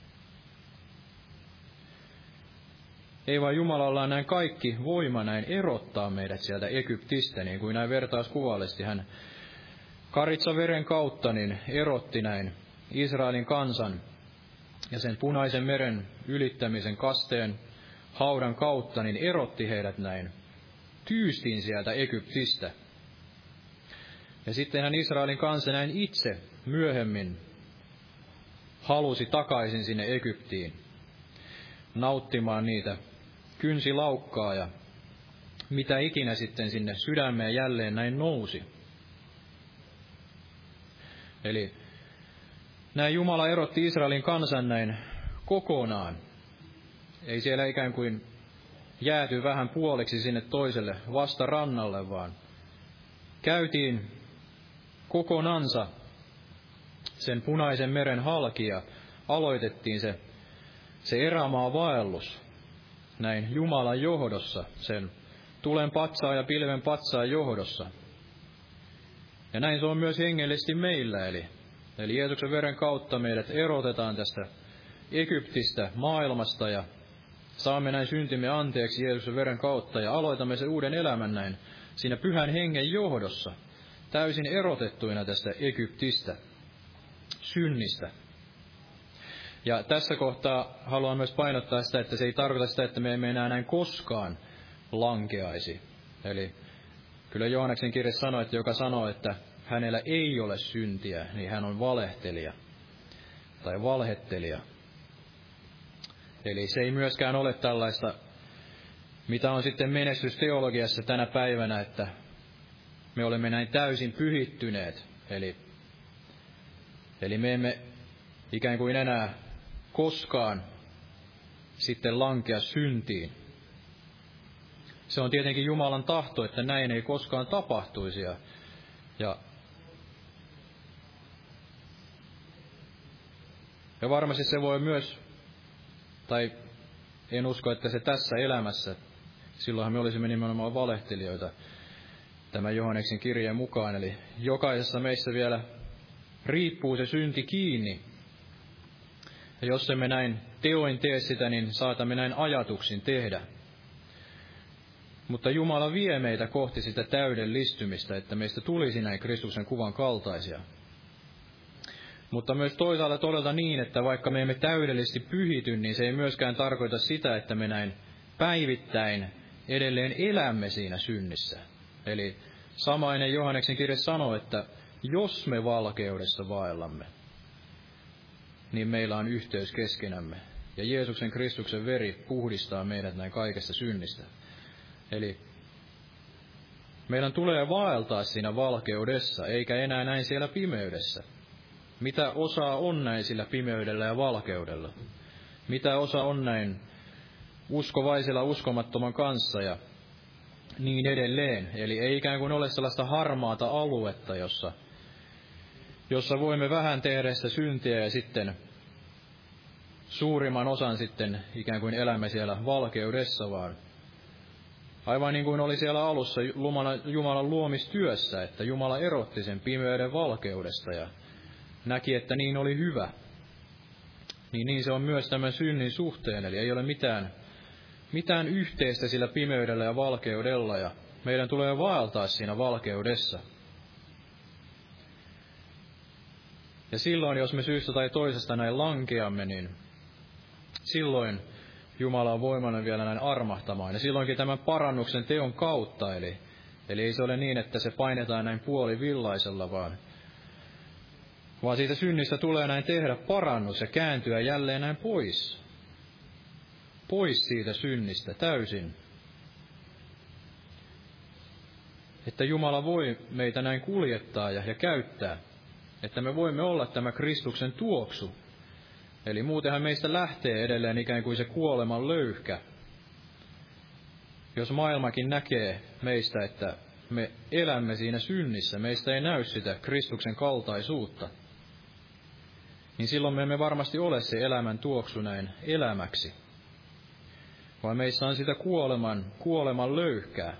Ei vaan Jumalalla on näin kaikki voima näin erottaa meidät sieltä Egyptistä, niin kuin näin vertauskuvallisesti hän karitsaveren kautta niin erotti näin Israelin kansan ja sen punaisen meren ylittämisen kasteen haudan kautta, niin erotti heidät näin tyystin sieltä Egyptistä. Ja sittenhän Israelin kansa näin itse myöhemmin halusi takaisin sinne Egyptiin nauttimaan niitä kynsilaukkaa ja mitä ikinä sitten sinne sydämeen jälleen näin nousi. Eli näin Jumala erotti Israelin kansan näin kokonaan. Ei siellä ikään kuin jääty vähän puoliksi sinne toiselle vastarannalle, vaan käytiin kokonansa sen punaisen meren halki ja aloitettiin se, se erämaa vaellus näin Jumalan johdossa, sen tulen patsaan ja pilven patsaan johdossa. Ja näin se on myös hengellisesti meillä, eli, eli Jeesuksen veren kautta meidät erotetaan tästä Egyptistä, maailmasta, ja saamme näin syntimme anteeksi Jeesuksen veren kautta, ja aloitamme sen uuden elämän näin siinä pyhän hengen johdossa, täysin erotettuina tästä Egyptistä, synnistä. Ja tässä kohtaa haluan myös painottaa sitä, että se ei tarkoita sitä, että me emme enää näin koskaan lankeaisi. Eli kyllä Johanneksen kirje sanoo, että joka sanoo, että hänellä ei ole syntiä, niin hän on valehtelija tai valhettelija. Eli se ei myöskään ole tällaista, mitä on sitten menestysteologiassa tänä päivänä, että me olemme näin täysin pyhittyneet. Eli, eli me emme ikään kuin enää koskaan sitten lankea syntiin. Se on tietenkin Jumalan tahto, että näin ei koskaan tapahtuisi. Ja, ja, ja varmasti se voi myös, tai en usko, että se tässä elämässä, silloinhan me olisimme nimenomaan valehtelijoita tämän Johanneksen kirjeen mukaan. Eli jokaisessa meissä vielä riippuu se synti kiinni. Ja jos emme näin teoin tee sitä, niin saatamme näin ajatuksin tehdä. Mutta Jumala vie meitä kohti sitä täydellistymistä, että meistä tulisi näin Kristuksen kuvan kaltaisia. Mutta myös toisaalta todella niin, että vaikka me emme täydellisesti pyhity, niin se ei myöskään tarkoita sitä, että me näin päivittäin edelleen elämme siinä synnissä. Eli samainen Johanneksen kirje sanoo, että jos me valkeudessa vaellamme, niin meillä on yhteys keskenämme. Ja Jeesuksen Kristuksen veri puhdistaa meidät näin kaikesta synnistä. Eli meidän tulee vaeltaa siinä valkeudessa, eikä enää näin siellä pimeydessä. Mitä osaa on näin sillä pimeydellä ja valkeudella? Mitä osa on näin uskovaisella uskomattoman kanssa ja niin edelleen. Eli ei ikään kuin ole sellaista harmaata aluetta, jossa, jossa voimme vähän tehdä sitä syntiä ja sitten suurimman osan sitten ikään kuin elämme siellä valkeudessa, vaan aivan niin kuin oli siellä alussa Jumalan, Jumalan luomistyössä, että Jumala erotti sen pimeyden valkeudesta ja näki, että niin oli hyvä. Niin, niin se on myös tämän synnin suhteen, eli ei ole mitään, mitään yhteistä sillä pimeydellä ja valkeudella, ja meidän tulee vaeltaa siinä valkeudessa. Ja silloin, jos me syystä tai toisesta näin lankeamme, niin silloin Jumala on voimallinen vielä näin armahtamaan. Ja silloinkin tämän parannuksen teon kautta, eli, eli ei se ole niin, että se painetaan näin puolivillaisella, vaan, vaan siitä synnistä tulee näin tehdä parannus ja kääntyä jälleen näin pois. Pois siitä synnistä täysin. Että Jumala voi meitä näin kuljettaa ja, ja käyttää, että me voimme olla tämä Kristuksen tuoksu. Eli muutenhan meistä lähtee edelleen ikään kuin se kuoleman löyhkä. Jos maailmakin näkee meistä, että me elämme siinä synnissä, meistä ei näy sitä Kristuksen kaltaisuutta, niin silloin me emme varmasti ole se elämän tuoksu näin elämäksi, vaan meissä on sitä kuoleman, kuoleman löyhkää.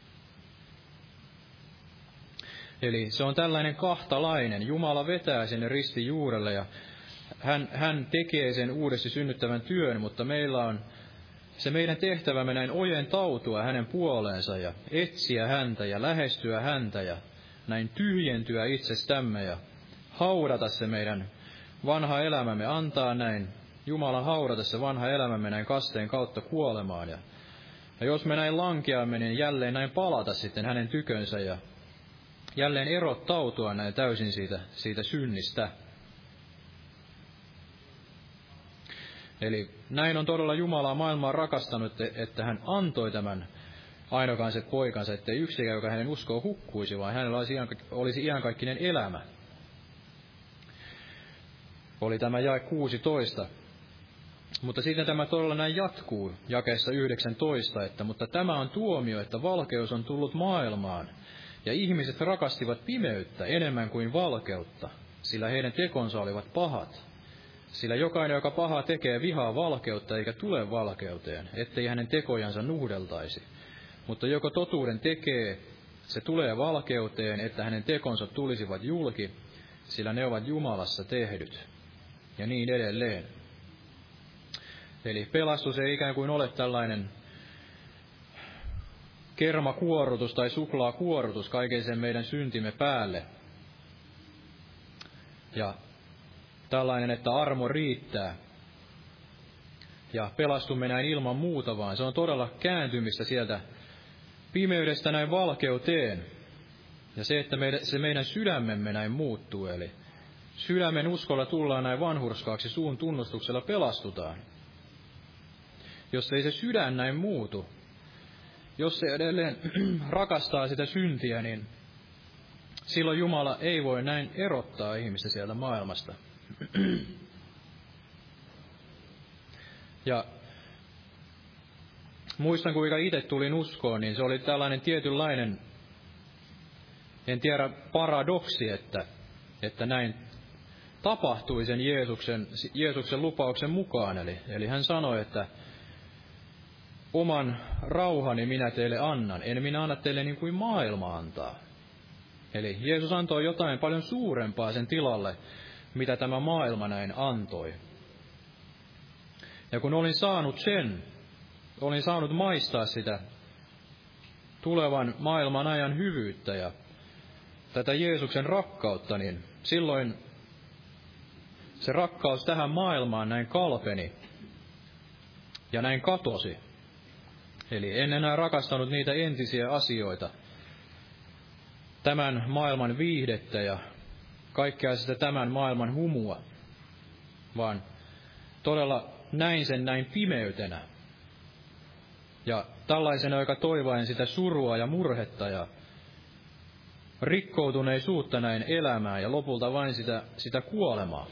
Eli se on tällainen kahtalainen. Jumala vetää sinne ristin juurelle ja hän, hän tekee sen uudesti synnyttävän työn, mutta meillä on se meidän tehtävämme näin ojentautua hänen puoleensa ja etsiä häntä ja lähestyä häntä ja näin tyhjentyä itsestämme ja haudata se meidän vanha elämämme, antaa näin Jumalan haudata se vanha elämämme näin kasteen kautta kuolemaan. Ja, ja jos me näin lankeamme, niin jälleen näin palata sitten hänen tykönsä ja jälleen erottautua näin täysin siitä, siitä synnistä. Eli näin on todella Jumala maailmaa rakastanut, että hän antoi tämän ainokansa poikansa, ettei yksikään, joka hänen uskoo, hukkuisi, vaan hänellä olisi, olisi iankaikkinen elämä. Oli tämä jae kuusitoista. Mutta sitten tämä todella näin jatkuu jakeessa yhdeksäntoista, että mutta tämä on tuomio, että valkeus on tullut maailmaan, ja ihmiset rakastivat pimeyttä enemmän kuin valkeutta, sillä heidän tekonsa olivat pahat. Sillä jokainen, joka pahaa tekee, vihaa valkeutta eikä tule valkeuteen, ettei hänen tekojansa nuhdeltaisi. Mutta joko totuuden tekee, se tulee valkeuteen, että hänen tekonsa tulisivat julki, sillä ne ovat Jumalassa tehdyt. Ja niin edelleen. Eli pelastus ei ikään kuin ole tällainen kermakuorutus tai suklaakuorutus kaiken sen meidän syntimme päälle. Ja tällainen, että armo riittää. Ja pelastumme näin ilman muuta, vaan se on todella kääntymistä sieltä pimeydestä näin valkeuteen. Ja se, että meidän, se meidän sydämemme näin muuttuu, eli sydämen uskolla tullaan näin vanhurskaaksi, suun tunnustuksella pelastutaan. Jos ei se sydän näin muutu, jos se edelleen rakastaa sitä syntiä, niin silloin Jumala ei voi näin erottaa ihmistä sieltä maailmasta. Ja muistan, kuinka itse tulin uskoon, niin se oli tällainen tietynlainen, en tiedä, paradoksi, että, että näin tapahtui sen Jeesuksen, Jeesuksen lupauksen mukaan. Eli, eli hän sanoi, että oman rauhani minä teille annan, en minä anna teille niin kuin maailma antaa. Eli Jeesus antoi jotain paljon suurempaa sen tilalle, mitä tämä maailma näin antoi. Ja kun olin saanut sen, olin saanut maistaa sitä tulevan maailman ajan hyvyyttä ja tätä Jeesuksen rakkautta, niin silloin se rakkaus tähän maailmaan näin kalpeni ja näin katosi. Eli en enää rakastanut niitä entisiä asioita, tämän maailman viihdettä ja kaikkea sitä tämän maailman humua, vaan todella näin sen näin pimeytenä. Ja tällaisena, joka toivaen sitä surua ja murhetta ja rikkoutuneisuutta näin elämään ja lopulta vain sitä, sitä kuolemaa.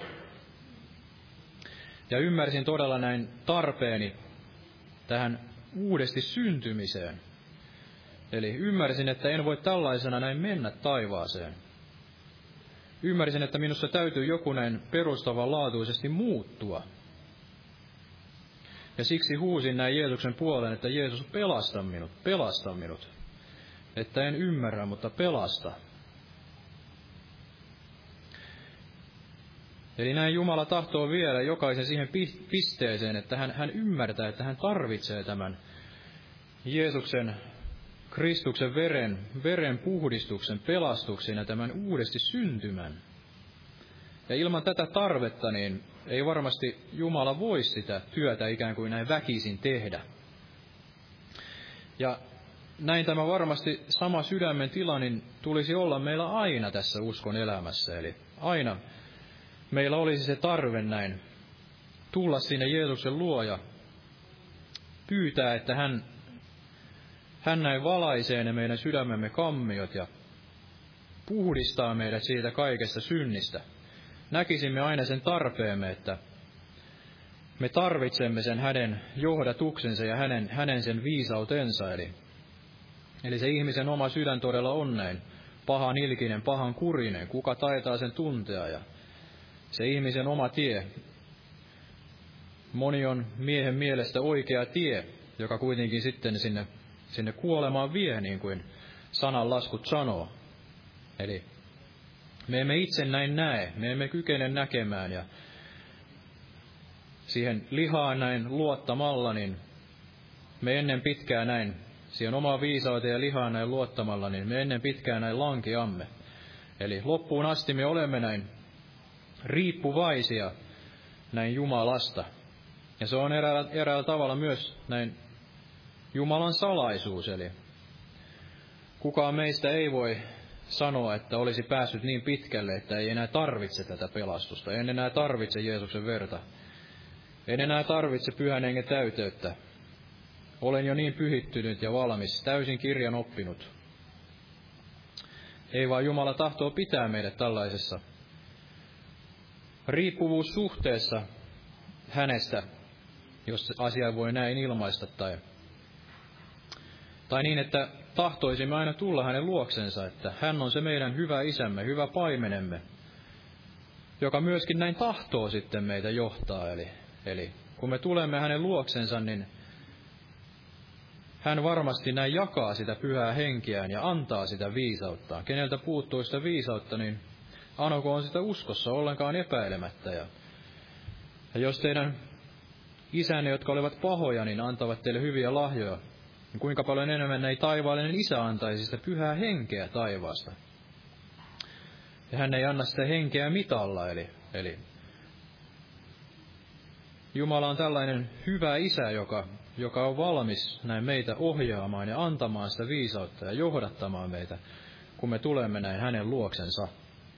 Ja ymmärsin todella näin tarpeeni tähän uudesti syntymiseen. Eli ymmärsin, että en voi tällaisena näin mennä taivaaseen. Ymmärsin, että minussa täytyy joku näin perustavanlaatuisesti muuttua. Ja siksi huusin näin Jeesuksen puoleen, että Jeesus, pelasta minut, pelasta minut. Että en ymmärrä, mutta pelasta. Eli näin Jumala tahtoo viedä jokaisen siihen pisteeseen, että hän, hän ymmärtää, että hän tarvitsee tämän Jeesuksen, Kristuksen veren, veren puhdistuksen, pelastuksen ja tämän uudesti syntymän. Ja ilman tätä tarvetta, niin ei varmasti Jumala voi sitä työtä ikään kuin näin väkisin tehdä. Ja näin tämä varmasti sama sydämen tila niin tulisi olla meillä aina tässä uskon elämässä. Eli aina meillä olisi se tarve näin tulla sinne Jeesuksen luo ja pyytää, että hän, hän näin valaisee ne meidän sydämemme kammiot ja puhdistaa meidät siitä kaikesta synnistä. Näkisimme aina sen tarpeemme, että me tarvitsemme sen hänen johdatuksensa ja hänen, hänen sen viisautensa. Eli, eli se ihmisen oma sydän todella on näin pahan ilkinen, pahan kurinen. Kuka taitaa sen tuntea ja se ihmisen oma tie. Moni on miehen mielestä oikea tie, joka kuitenkin sitten sinne, sinne kuolemaan vie, niin kuin sananlaskut sanoo. Eli me emme itse näin näe, me emme kykene näkemään ja siihen lihaan näin luottamalla, niin me ennen pitkää näin, siihen omaan viisauteen ja lihaan näin luottamalla, niin me ennen pitkää näin lankeamme. Eli loppuun asti me olemme näin riippuvaisia näin Jumalasta. Ja se on eräällä, eräällä tavalla myös näin Jumalan salaisuus, eli kukaan meistä ei voi sanoa, että olisi päässyt niin pitkälle, että ei enää tarvitse tätä pelastusta. En enää tarvitse Jeesuksen verta. En enää tarvitse Pyhän Hengen täyteyttä. Olen jo niin pyhittynyt ja valmis, täysin kirjan oppinut. Ei vaan Jumala tahtoo pitää meidät tällaisessa riippuvuussuhteessa hänestä, jos asia voi näin ilmaista, tai, tai niin, että tahtoisimme aina tulla hänen luoksensa, että hän on se meidän hyvä isämme, hyvä paimenemme, joka myöskin näin tahtoo sitten meitä johtaa. Eli, eli kun me tulemme hänen luoksensa, niin hän varmasti näin jakaa sitä pyhää henkeään ja antaa sitä viisautta. Keneltä puuttuu sitä viisautta, niin anokoon sitä uskossa ollenkaan epäilemättä. Ja, ja jos teidän isänne, jotka olivat pahoja, niin antavat teille hyviä lahjoja, niin kuinka paljon enemmän ei taivaallinen isä antaisi sitä pyhää henkeä taivaasta. Ja hän ei anna sitä henkeä mitalla, eli, eli Jumala on tällainen hyvä isä, joka, joka on valmis näin meitä ohjaamaan ja antamaan sitä viisautta ja johdattamaan meitä, kun me tulemme näin hänen luoksensa.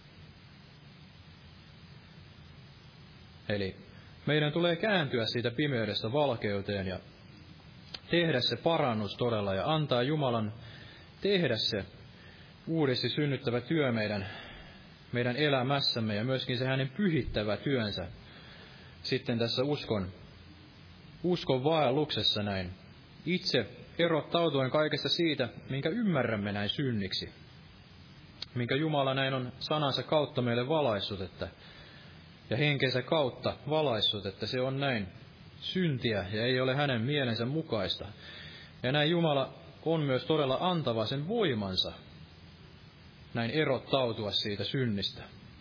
Eli meidän tulee kääntyä siitä pimeydestä valkeuteen ja tehdä se parannus todella ja antaa Jumalan tehdä se uudesti synnyttävä työ meidän, meidän elämässämme ja myöskin se hänen pyhittävä työnsä sitten tässä uskon, uskon vaelluksessa näin. Itse erottautuen kaikesta siitä, minkä ymmärrämme näin synniksi, minkä Jumala näin on sanansa kautta meille valaissut, että ja henkensä kautta valaissut, että se on näin syntiä ja ei ole hänen mielensä mukaista. Ja näin Jumala on myös todella antava sen voimansa näin erottautua siitä synnistä.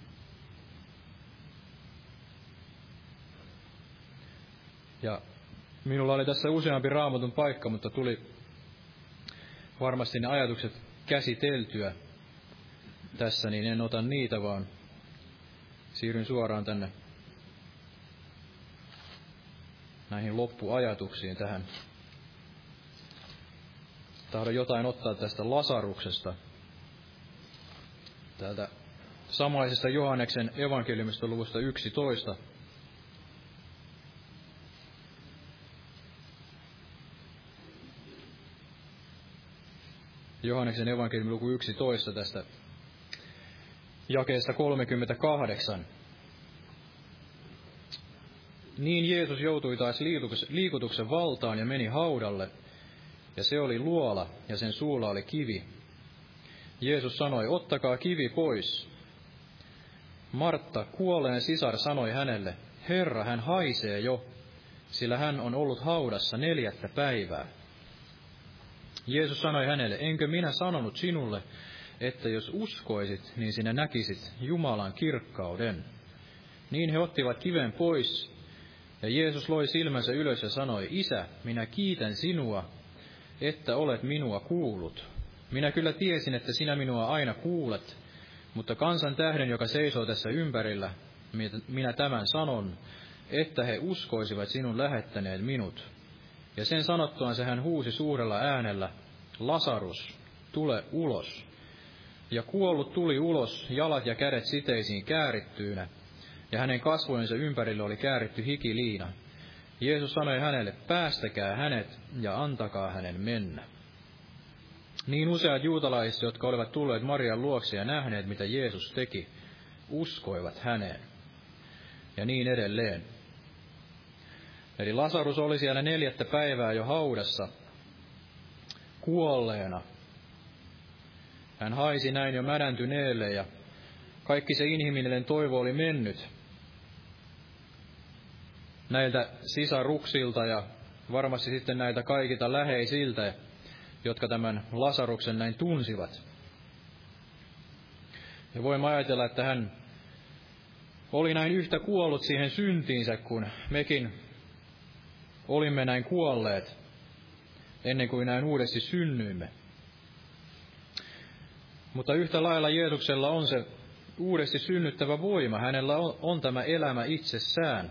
Ja minulla oli tässä useampi Raamatun paikka, mutta tuli varmasti ne ajatukset käsiteltyä tässä, niin en ota niitä, vaan siirryn suoraan tänne näihin loppuajatuksiin tähän. Tahdon jotain ottaa tästä Lasaruksesta, täältä samaisesta Johanneksen evankeliumista luvusta yksitoista. Johanneksen evankeliumin luku yksitoista tästä jakeessa kolmekymmentäkahdeksan. Niin Jeesus joutui taas liikutuksen valtaan ja meni haudalle, ja se oli luola, ja sen suulla oli kivi. Jeesus sanoi, ottakaa kivi pois. Martta, kuolleen sisar, sanoi hänelle, Herra, hän haisee jo, sillä hän on ollut haudassa neljättä päivää. Jeesus sanoi hänelle, enkö minä sanonut sinulle, että jos uskoisit, niin sinä näkisit Jumalan kirkkauden. Niin he ottivat kiven pois, ja Jeesus loi silmänsä ylös ja sanoi, Isä, minä kiitän sinua, että olet minua kuullut. Minä kyllä tiesin, että sinä minua aina kuulet, mutta kansan tähden, joka seisoo tässä ympärillä, minä tämän sanon, että he uskoisivat sinun lähettäneen minut. Ja sen sanottuaan se hän huusi suurella äänellä, Lasarus, tule ulos. Ja kuollut tuli ulos, jalat ja kädet siteisiin käärittyinä, ja hänen kasvojensa ympärille oli kääritty hikiliina. Jeesus sanoi hänelle, päästäkää hänet ja antakaa hänen mennä. Niin useat juutalaiset, jotka olivat tulleet Marian luokse ja nähneet, mitä Jeesus teki, uskoivat häneen. Ja niin edelleen. Eli Lasarus oli siellä neljättä päivää jo haudassa, kuolleena. Hän haisi näin jo mädäntyneelle ja kaikki se inhimillinen toivo oli mennyt näiltä sisaruksilta ja varmasti sitten näiltä kaikilta läheisiltä, jotka tämän Lasaruksen näin tunsivat. Ja voimme ajatella, että hän oli näin yhtä kuollut siihen syntiinsä, kun mekin olimme näin kuolleet ennen kuin näin uudesti synnyimme. Mutta yhtä lailla Jeesuksella on se uudesti synnyttävä voima. Hänellä on, on tämä elämä itsessään.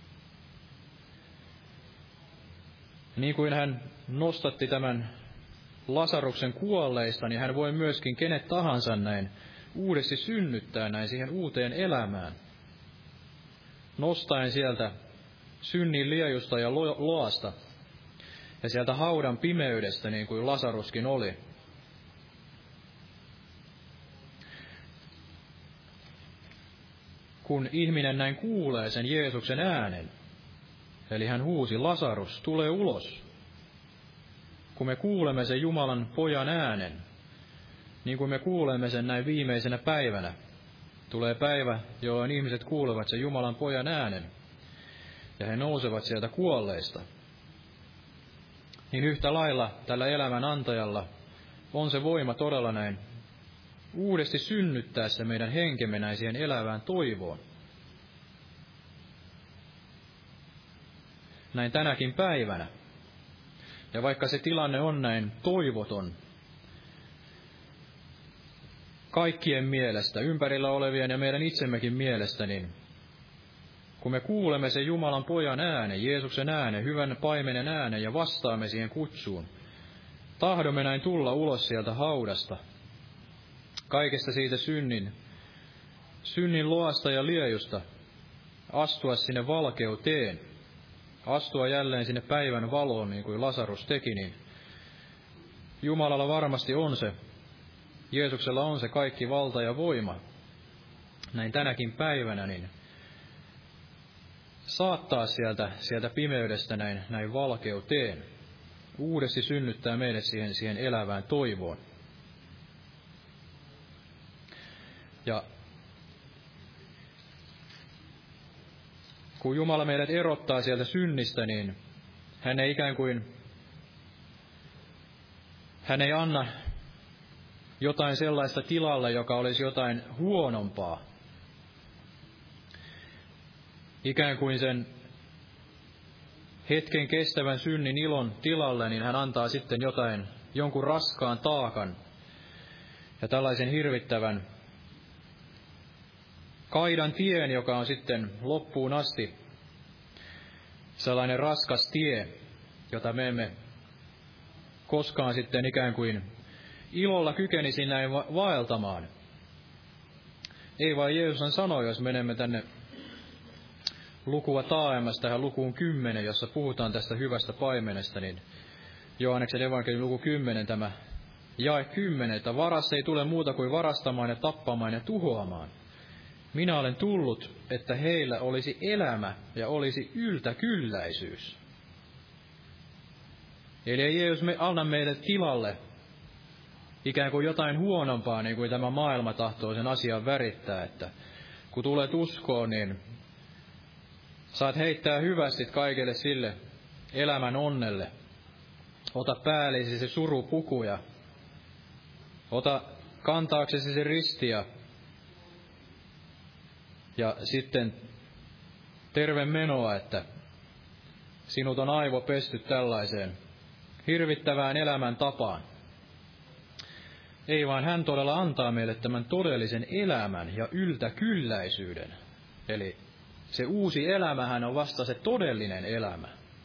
Niin kuin hän nostatti tämän Lasaruksen kuolleista, niin hän voi myöskin kenet tahansa näin uudesti synnyttää näin siihen uuteen elämään. Nostaen sieltä synnin liejusta ja loasta ja sieltä haudan pimeydestä, niin kuin Lasaruskin oli. Kun ihminen näin kuulee sen Jeesuksen äänen, eli hän huusi, Lasarus, tule ulos. Kun me kuulemme sen Jumalan pojan äänen, niin kuin me kuulemme sen näin viimeisenä päivänä, tulee päivä, jolloin ihmiset kuulevat sen Jumalan pojan äänen, ja he nousevat sieltä kuolleista. Niin yhtä lailla tällä elämän antajalla on se voima todella näin uudesti synnyttää se meidän henkemme näin siihen elävään toivoon. Näin tänäkin päivänä. Ja vaikka se tilanne on näin toivoton, kaikkien mielestä, ympärillä olevien ja meidän itsemmekin mielestä, niin kun me kuulemme sen Jumalan pojan äänen, Jeesuksen äänen, hyvän paimenen äänen ja vastaamme siihen kutsuun, tahdomme näin tulla ulos sieltä haudasta, kaikesta siitä synnin, synnin loasta ja liejusta, astua sinne valkeuteen, astua jälleen sinne päivän valoon, niin kuin Lasarus teki, niin Jumalalla varmasti on se, Jeesuksella on se kaikki valta ja voima, näin tänäkin päivänä, niin saattaa sieltä, sieltä pimeydestä näin, näin valkeuteen, uudesti synnyttää meidät siihen, siihen elävään toivoon. Ja kun Jumala meidät erottaa sieltä synnistä, niin hän ei ikään kuin, hän ei anna jotain sellaista tilalle, joka olisi jotain huonompaa. Ikään kuin sen hetken kestävän synnin ilon tilalle, niin hän antaa sitten jotain, jonkun raskaan taakan ja tällaisen hirvittävän kaidan tien, joka on sitten loppuun asti sellainen raskas tie, jota me emme koskaan sitten ikään kuin ilolla kykenisi näin va- vaeltamaan. Ei vaan Jeesus sanoi, jos menemme tänne lukua taaemmas tähän lukuun kymmenen, jossa puhutaan tästä hyvästä paimenesta, niin Johanneksen evankeliumin luku kymmenen, tämä jae kymmenen, että varas ei tule muuta kuin varastamaan ja tappamaan ja tuhoamaan. Minä olen tullut, että heillä olisi elämä ja olisi yltäkylläisyys. Eli ei Jeesus me anna meille tilalle ikään kuin jotain huonompaa, niin kuin tämä maailma tahtoo sen asian värittää, että kun tulet uskoon, niin saat heittää hyvästit kaikille sille elämän onnelle. Ota päällesi se surupuku ja ota kantaaksesi se ristiä. Ja sitten terve menoa, että sinut on aivo pesty tällaiseen hirvittävään elämän tapaan. Ei vaan hän todella antaa meille tämän todellisen elämän ja yltäkylläisyyden. Eli se uusi elämähän on vasta se todellinen elämä.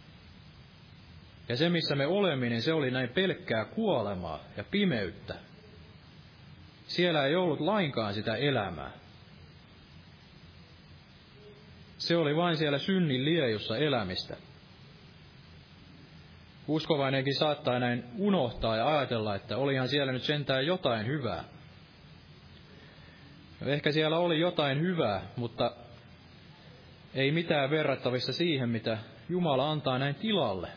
Ja se, missä me olemme, niin se oli näin pelkkää kuolemaa ja pimeyttä. Siellä ei ollut lainkaan sitä elämää. Se oli vain siellä synnin liejussa elämistä. Uskovainenkin saattaa näin unohtaa ja ajatella, että olihan siellä nyt sentään jotain hyvää. Ehkä siellä oli jotain hyvää, mutta ei mitään verrattavissa siihen, mitä Jumala antaa näin tilalle.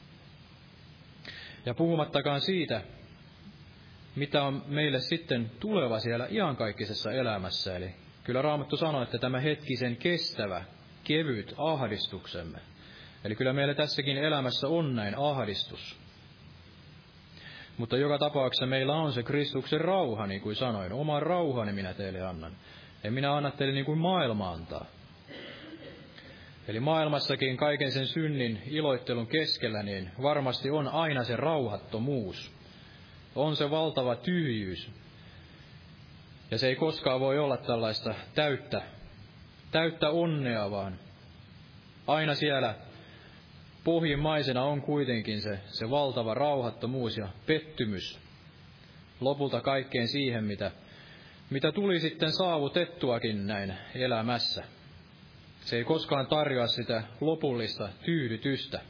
Ja puhumattakaan siitä, mitä on meille sitten tuleva siellä iankaikkisessa elämässä. Eli kyllä Raamattu sanoo, että tämä hetkisen kestävä, kevyt ahdistuksemme. Eli kyllä meillä tässäkin elämässä on näin ahdistus. Mutta joka tapauksessa meillä on se Kristuksen rauha, niin kuin sanoin. Oman rauhani minä teille annan. En minä anna teille niin kuin maailma antaa. Eli maailmassakin kaiken sen synnin iloittelun keskellä, niin varmasti on aina se rauhattomuus. On se valtava tyhjyys. Ja se ei koskaan voi olla tällaista täyttä, täyttä onnea, vaan aina siellä pohjimmaisena on kuitenkin se, se valtava rauhattomuus ja pettymys. Lopulta kaikkeen siihen, mitä, mitä tuli sitten saavutettuakin näin elämässä. Se ei koskaan tarjoa sitä lopullista tyydytystä.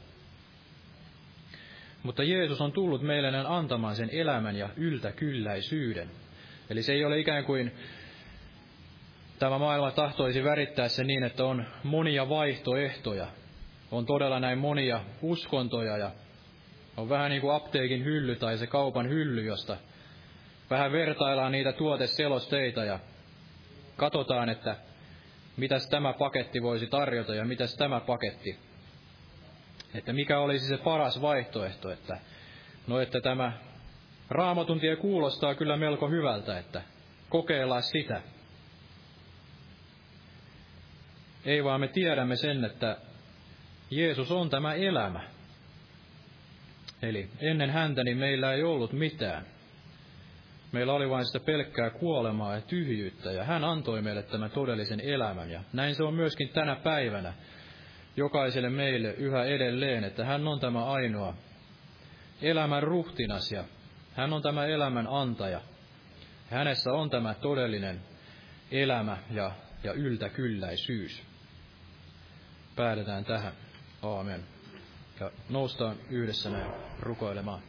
Mutta Jeesus on tullut meille näin antamaan sen elämän ja yltäkylläisyyden. Eli se ei ole ikään kuin tämä maailma tahtoisi värittää se niin, että on monia vaihtoehtoja. On todella näin monia uskontoja ja on vähän niin kuin apteekin hylly tai se kaupan hylly, josta vähän vertaillaan niitä tuoteselosteita ja katsotaan, että mitäs tämä paketti voisi tarjota ja mitäs tämä paketti. Että mikä olisi se paras vaihtoehto, että no että tämä Raamatun tie kuulostaa kyllä melko hyvältä, että kokeillaan sitä. Ei vaan me tiedämme sen, että Jeesus on tämä elämä. Eli ennen häntä niin meillä ei ollut mitään. Meillä oli vain sitä pelkkää kuolemaa ja tyhjyyttä, ja hän antoi meille tämän todellisen elämän. Ja näin se on myöskin tänä päivänä jokaiselle meille yhä edelleen, että hän on tämä ainoa elämän ruhtinas, ja hän on tämä elämän antaja. Hänessä on tämä todellinen elämä ja, ja yltäkylläisyys. Päätetään tähän. Aamen. Ja noustaan yhdessä näin rukoilemaan.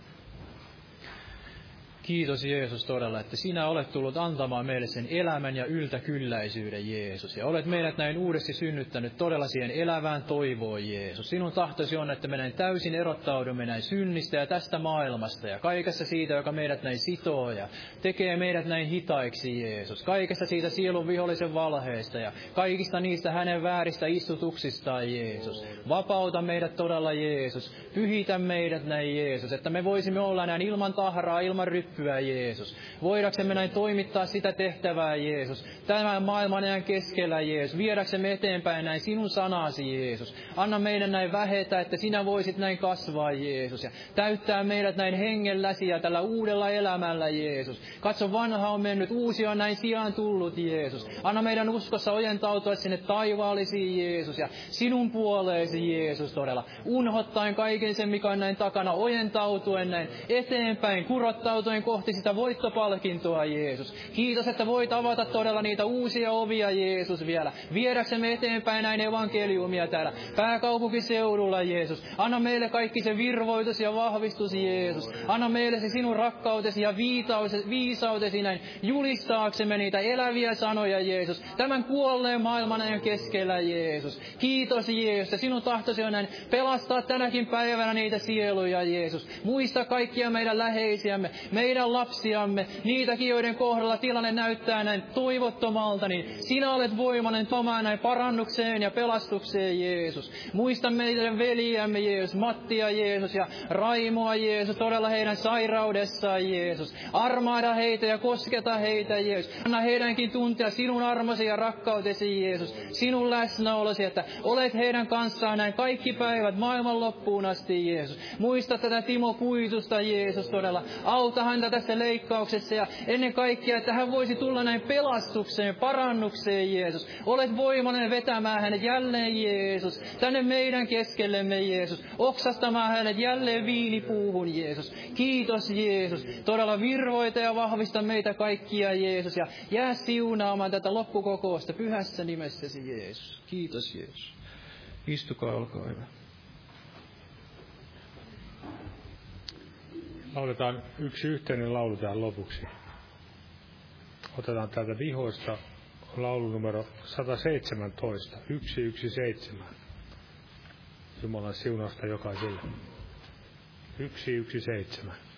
Kiitos Jeesus todella, että sinä olet tullut antamaan meille sen elämän ja yltäkylläisyyden, Jeesus. Ja olet meidät näin uudesti synnyttänyt todella siihen elävään toivoon, Jeesus. Sinun tahtosi on, että me näin täysin erottaudumme näin synnistä ja tästä maailmasta ja kaikessa siitä, joka meidät näin sitoo ja tekee meidät näin hitaiksi, Jeesus. Kaikesta siitä sielun vihollisen valheista ja kaikista niistä hänen vääristä istutuksistaan, Jeesus. Vapauta meidät todella, Jeesus. Pyhitä meidät näin, Jeesus, että me voisimme olla näin ilman tahraa, ilman ryppyä, Jeesus. Voidaksemme näin toimittaa sitä tehtävää, Jeesus. Tämän maailman ajan keskellä, Jeesus. Viedäksemme eteenpäin näin sinun sanasi, Jeesus. Anna meidän näin vähetä, että sinä voisit näin kasvaa, Jeesus. Ja täyttää meidät näin hengelläsi ja tällä uudella elämällä, Jeesus. Katso, vanha on mennyt, uusi on näin sijaan tullut, Jeesus. Anna meidän uskossa ojentautua sinne taivaallisiin, Jeesus. Ja sinun puoleesi, Jeesus, todella. Unhottaen kaiken sen, mikä on näin takana, ojentautuen näin eteenpäin, kurottautuen eteenpäin kohti sitä voittopalkintoa, Jeesus. Kiitos, että voit avata todella niitä uusia ovia, Jeesus, vielä. Viedäksemme eteenpäin näin evankeliumia täällä pääkaupunkiseudulla, Jeesus. Anna meille kaikki se virvoitus ja vahvistus, Jeesus. Anna meille se sinun rakkautesi ja viisautesi näin julistaaksemme niitä eläviä sanoja, Jeesus. Tämän kuolleen maailman ajan keskellä, Jeesus. Kiitos, Jeesus. Ja sinun tahtosi on näin pelastaa tänäkin päivänä niitä sieluja, Jeesus. Muista kaikkia meidän läheisiämme, meidän lapsiamme, niitäkin, joiden kohdalla tilanne näyttää näin toivottomalta, niin sinä olet voimainen tomaan näin parannukseen ja pelastukseen, Jeesus. Muista meidän veljiämme, Jeesus, Mattia, Jeesus, ja Raimoa, Jeesus, todella heidän sairaudessaan, Jeesus. Armaada heitä ja kosketa heitä, Jeesus. Anna heidänkin tuntea sinun armosi ja rakkautesi, Jeesus. Sinun läsnäolosi, että olet heidän kanssaan näin kaikki päivät maailman loppuun asti, Jeesus. Muista tätä Timo Kuitusta, Jeesus, todella. Auta häntä tässä leikkauksessa ja ennen kaikkea, että hän voisi tulla näin pelastukseen, parannukseen, Jeesus. Olet voimainen vetämään hänet jälleen, Jeesus, tänne meidän keskellemme, Jeesus. Oksastamaan hänet jälleen viinipuuhun, Jeesus. Kiitos, Jeesus. Todella virvoita ja vahvista meitä kaikkia, Jeesus. Ja jää siunaamaan tätä loppukokousta pyhässä nimessäsi, Jeesus. Kiitos, Jeesus. Istukaa, olkaa hyvä. Lauletaan yksi yhteinen laulu tähän lopuksi. Otetaan täältä vihoista laulu numero sata seitsemäntoista, yksi yksi seitsemän. Jumalan siunausta jokaiselle. yksi yksi seitsemän.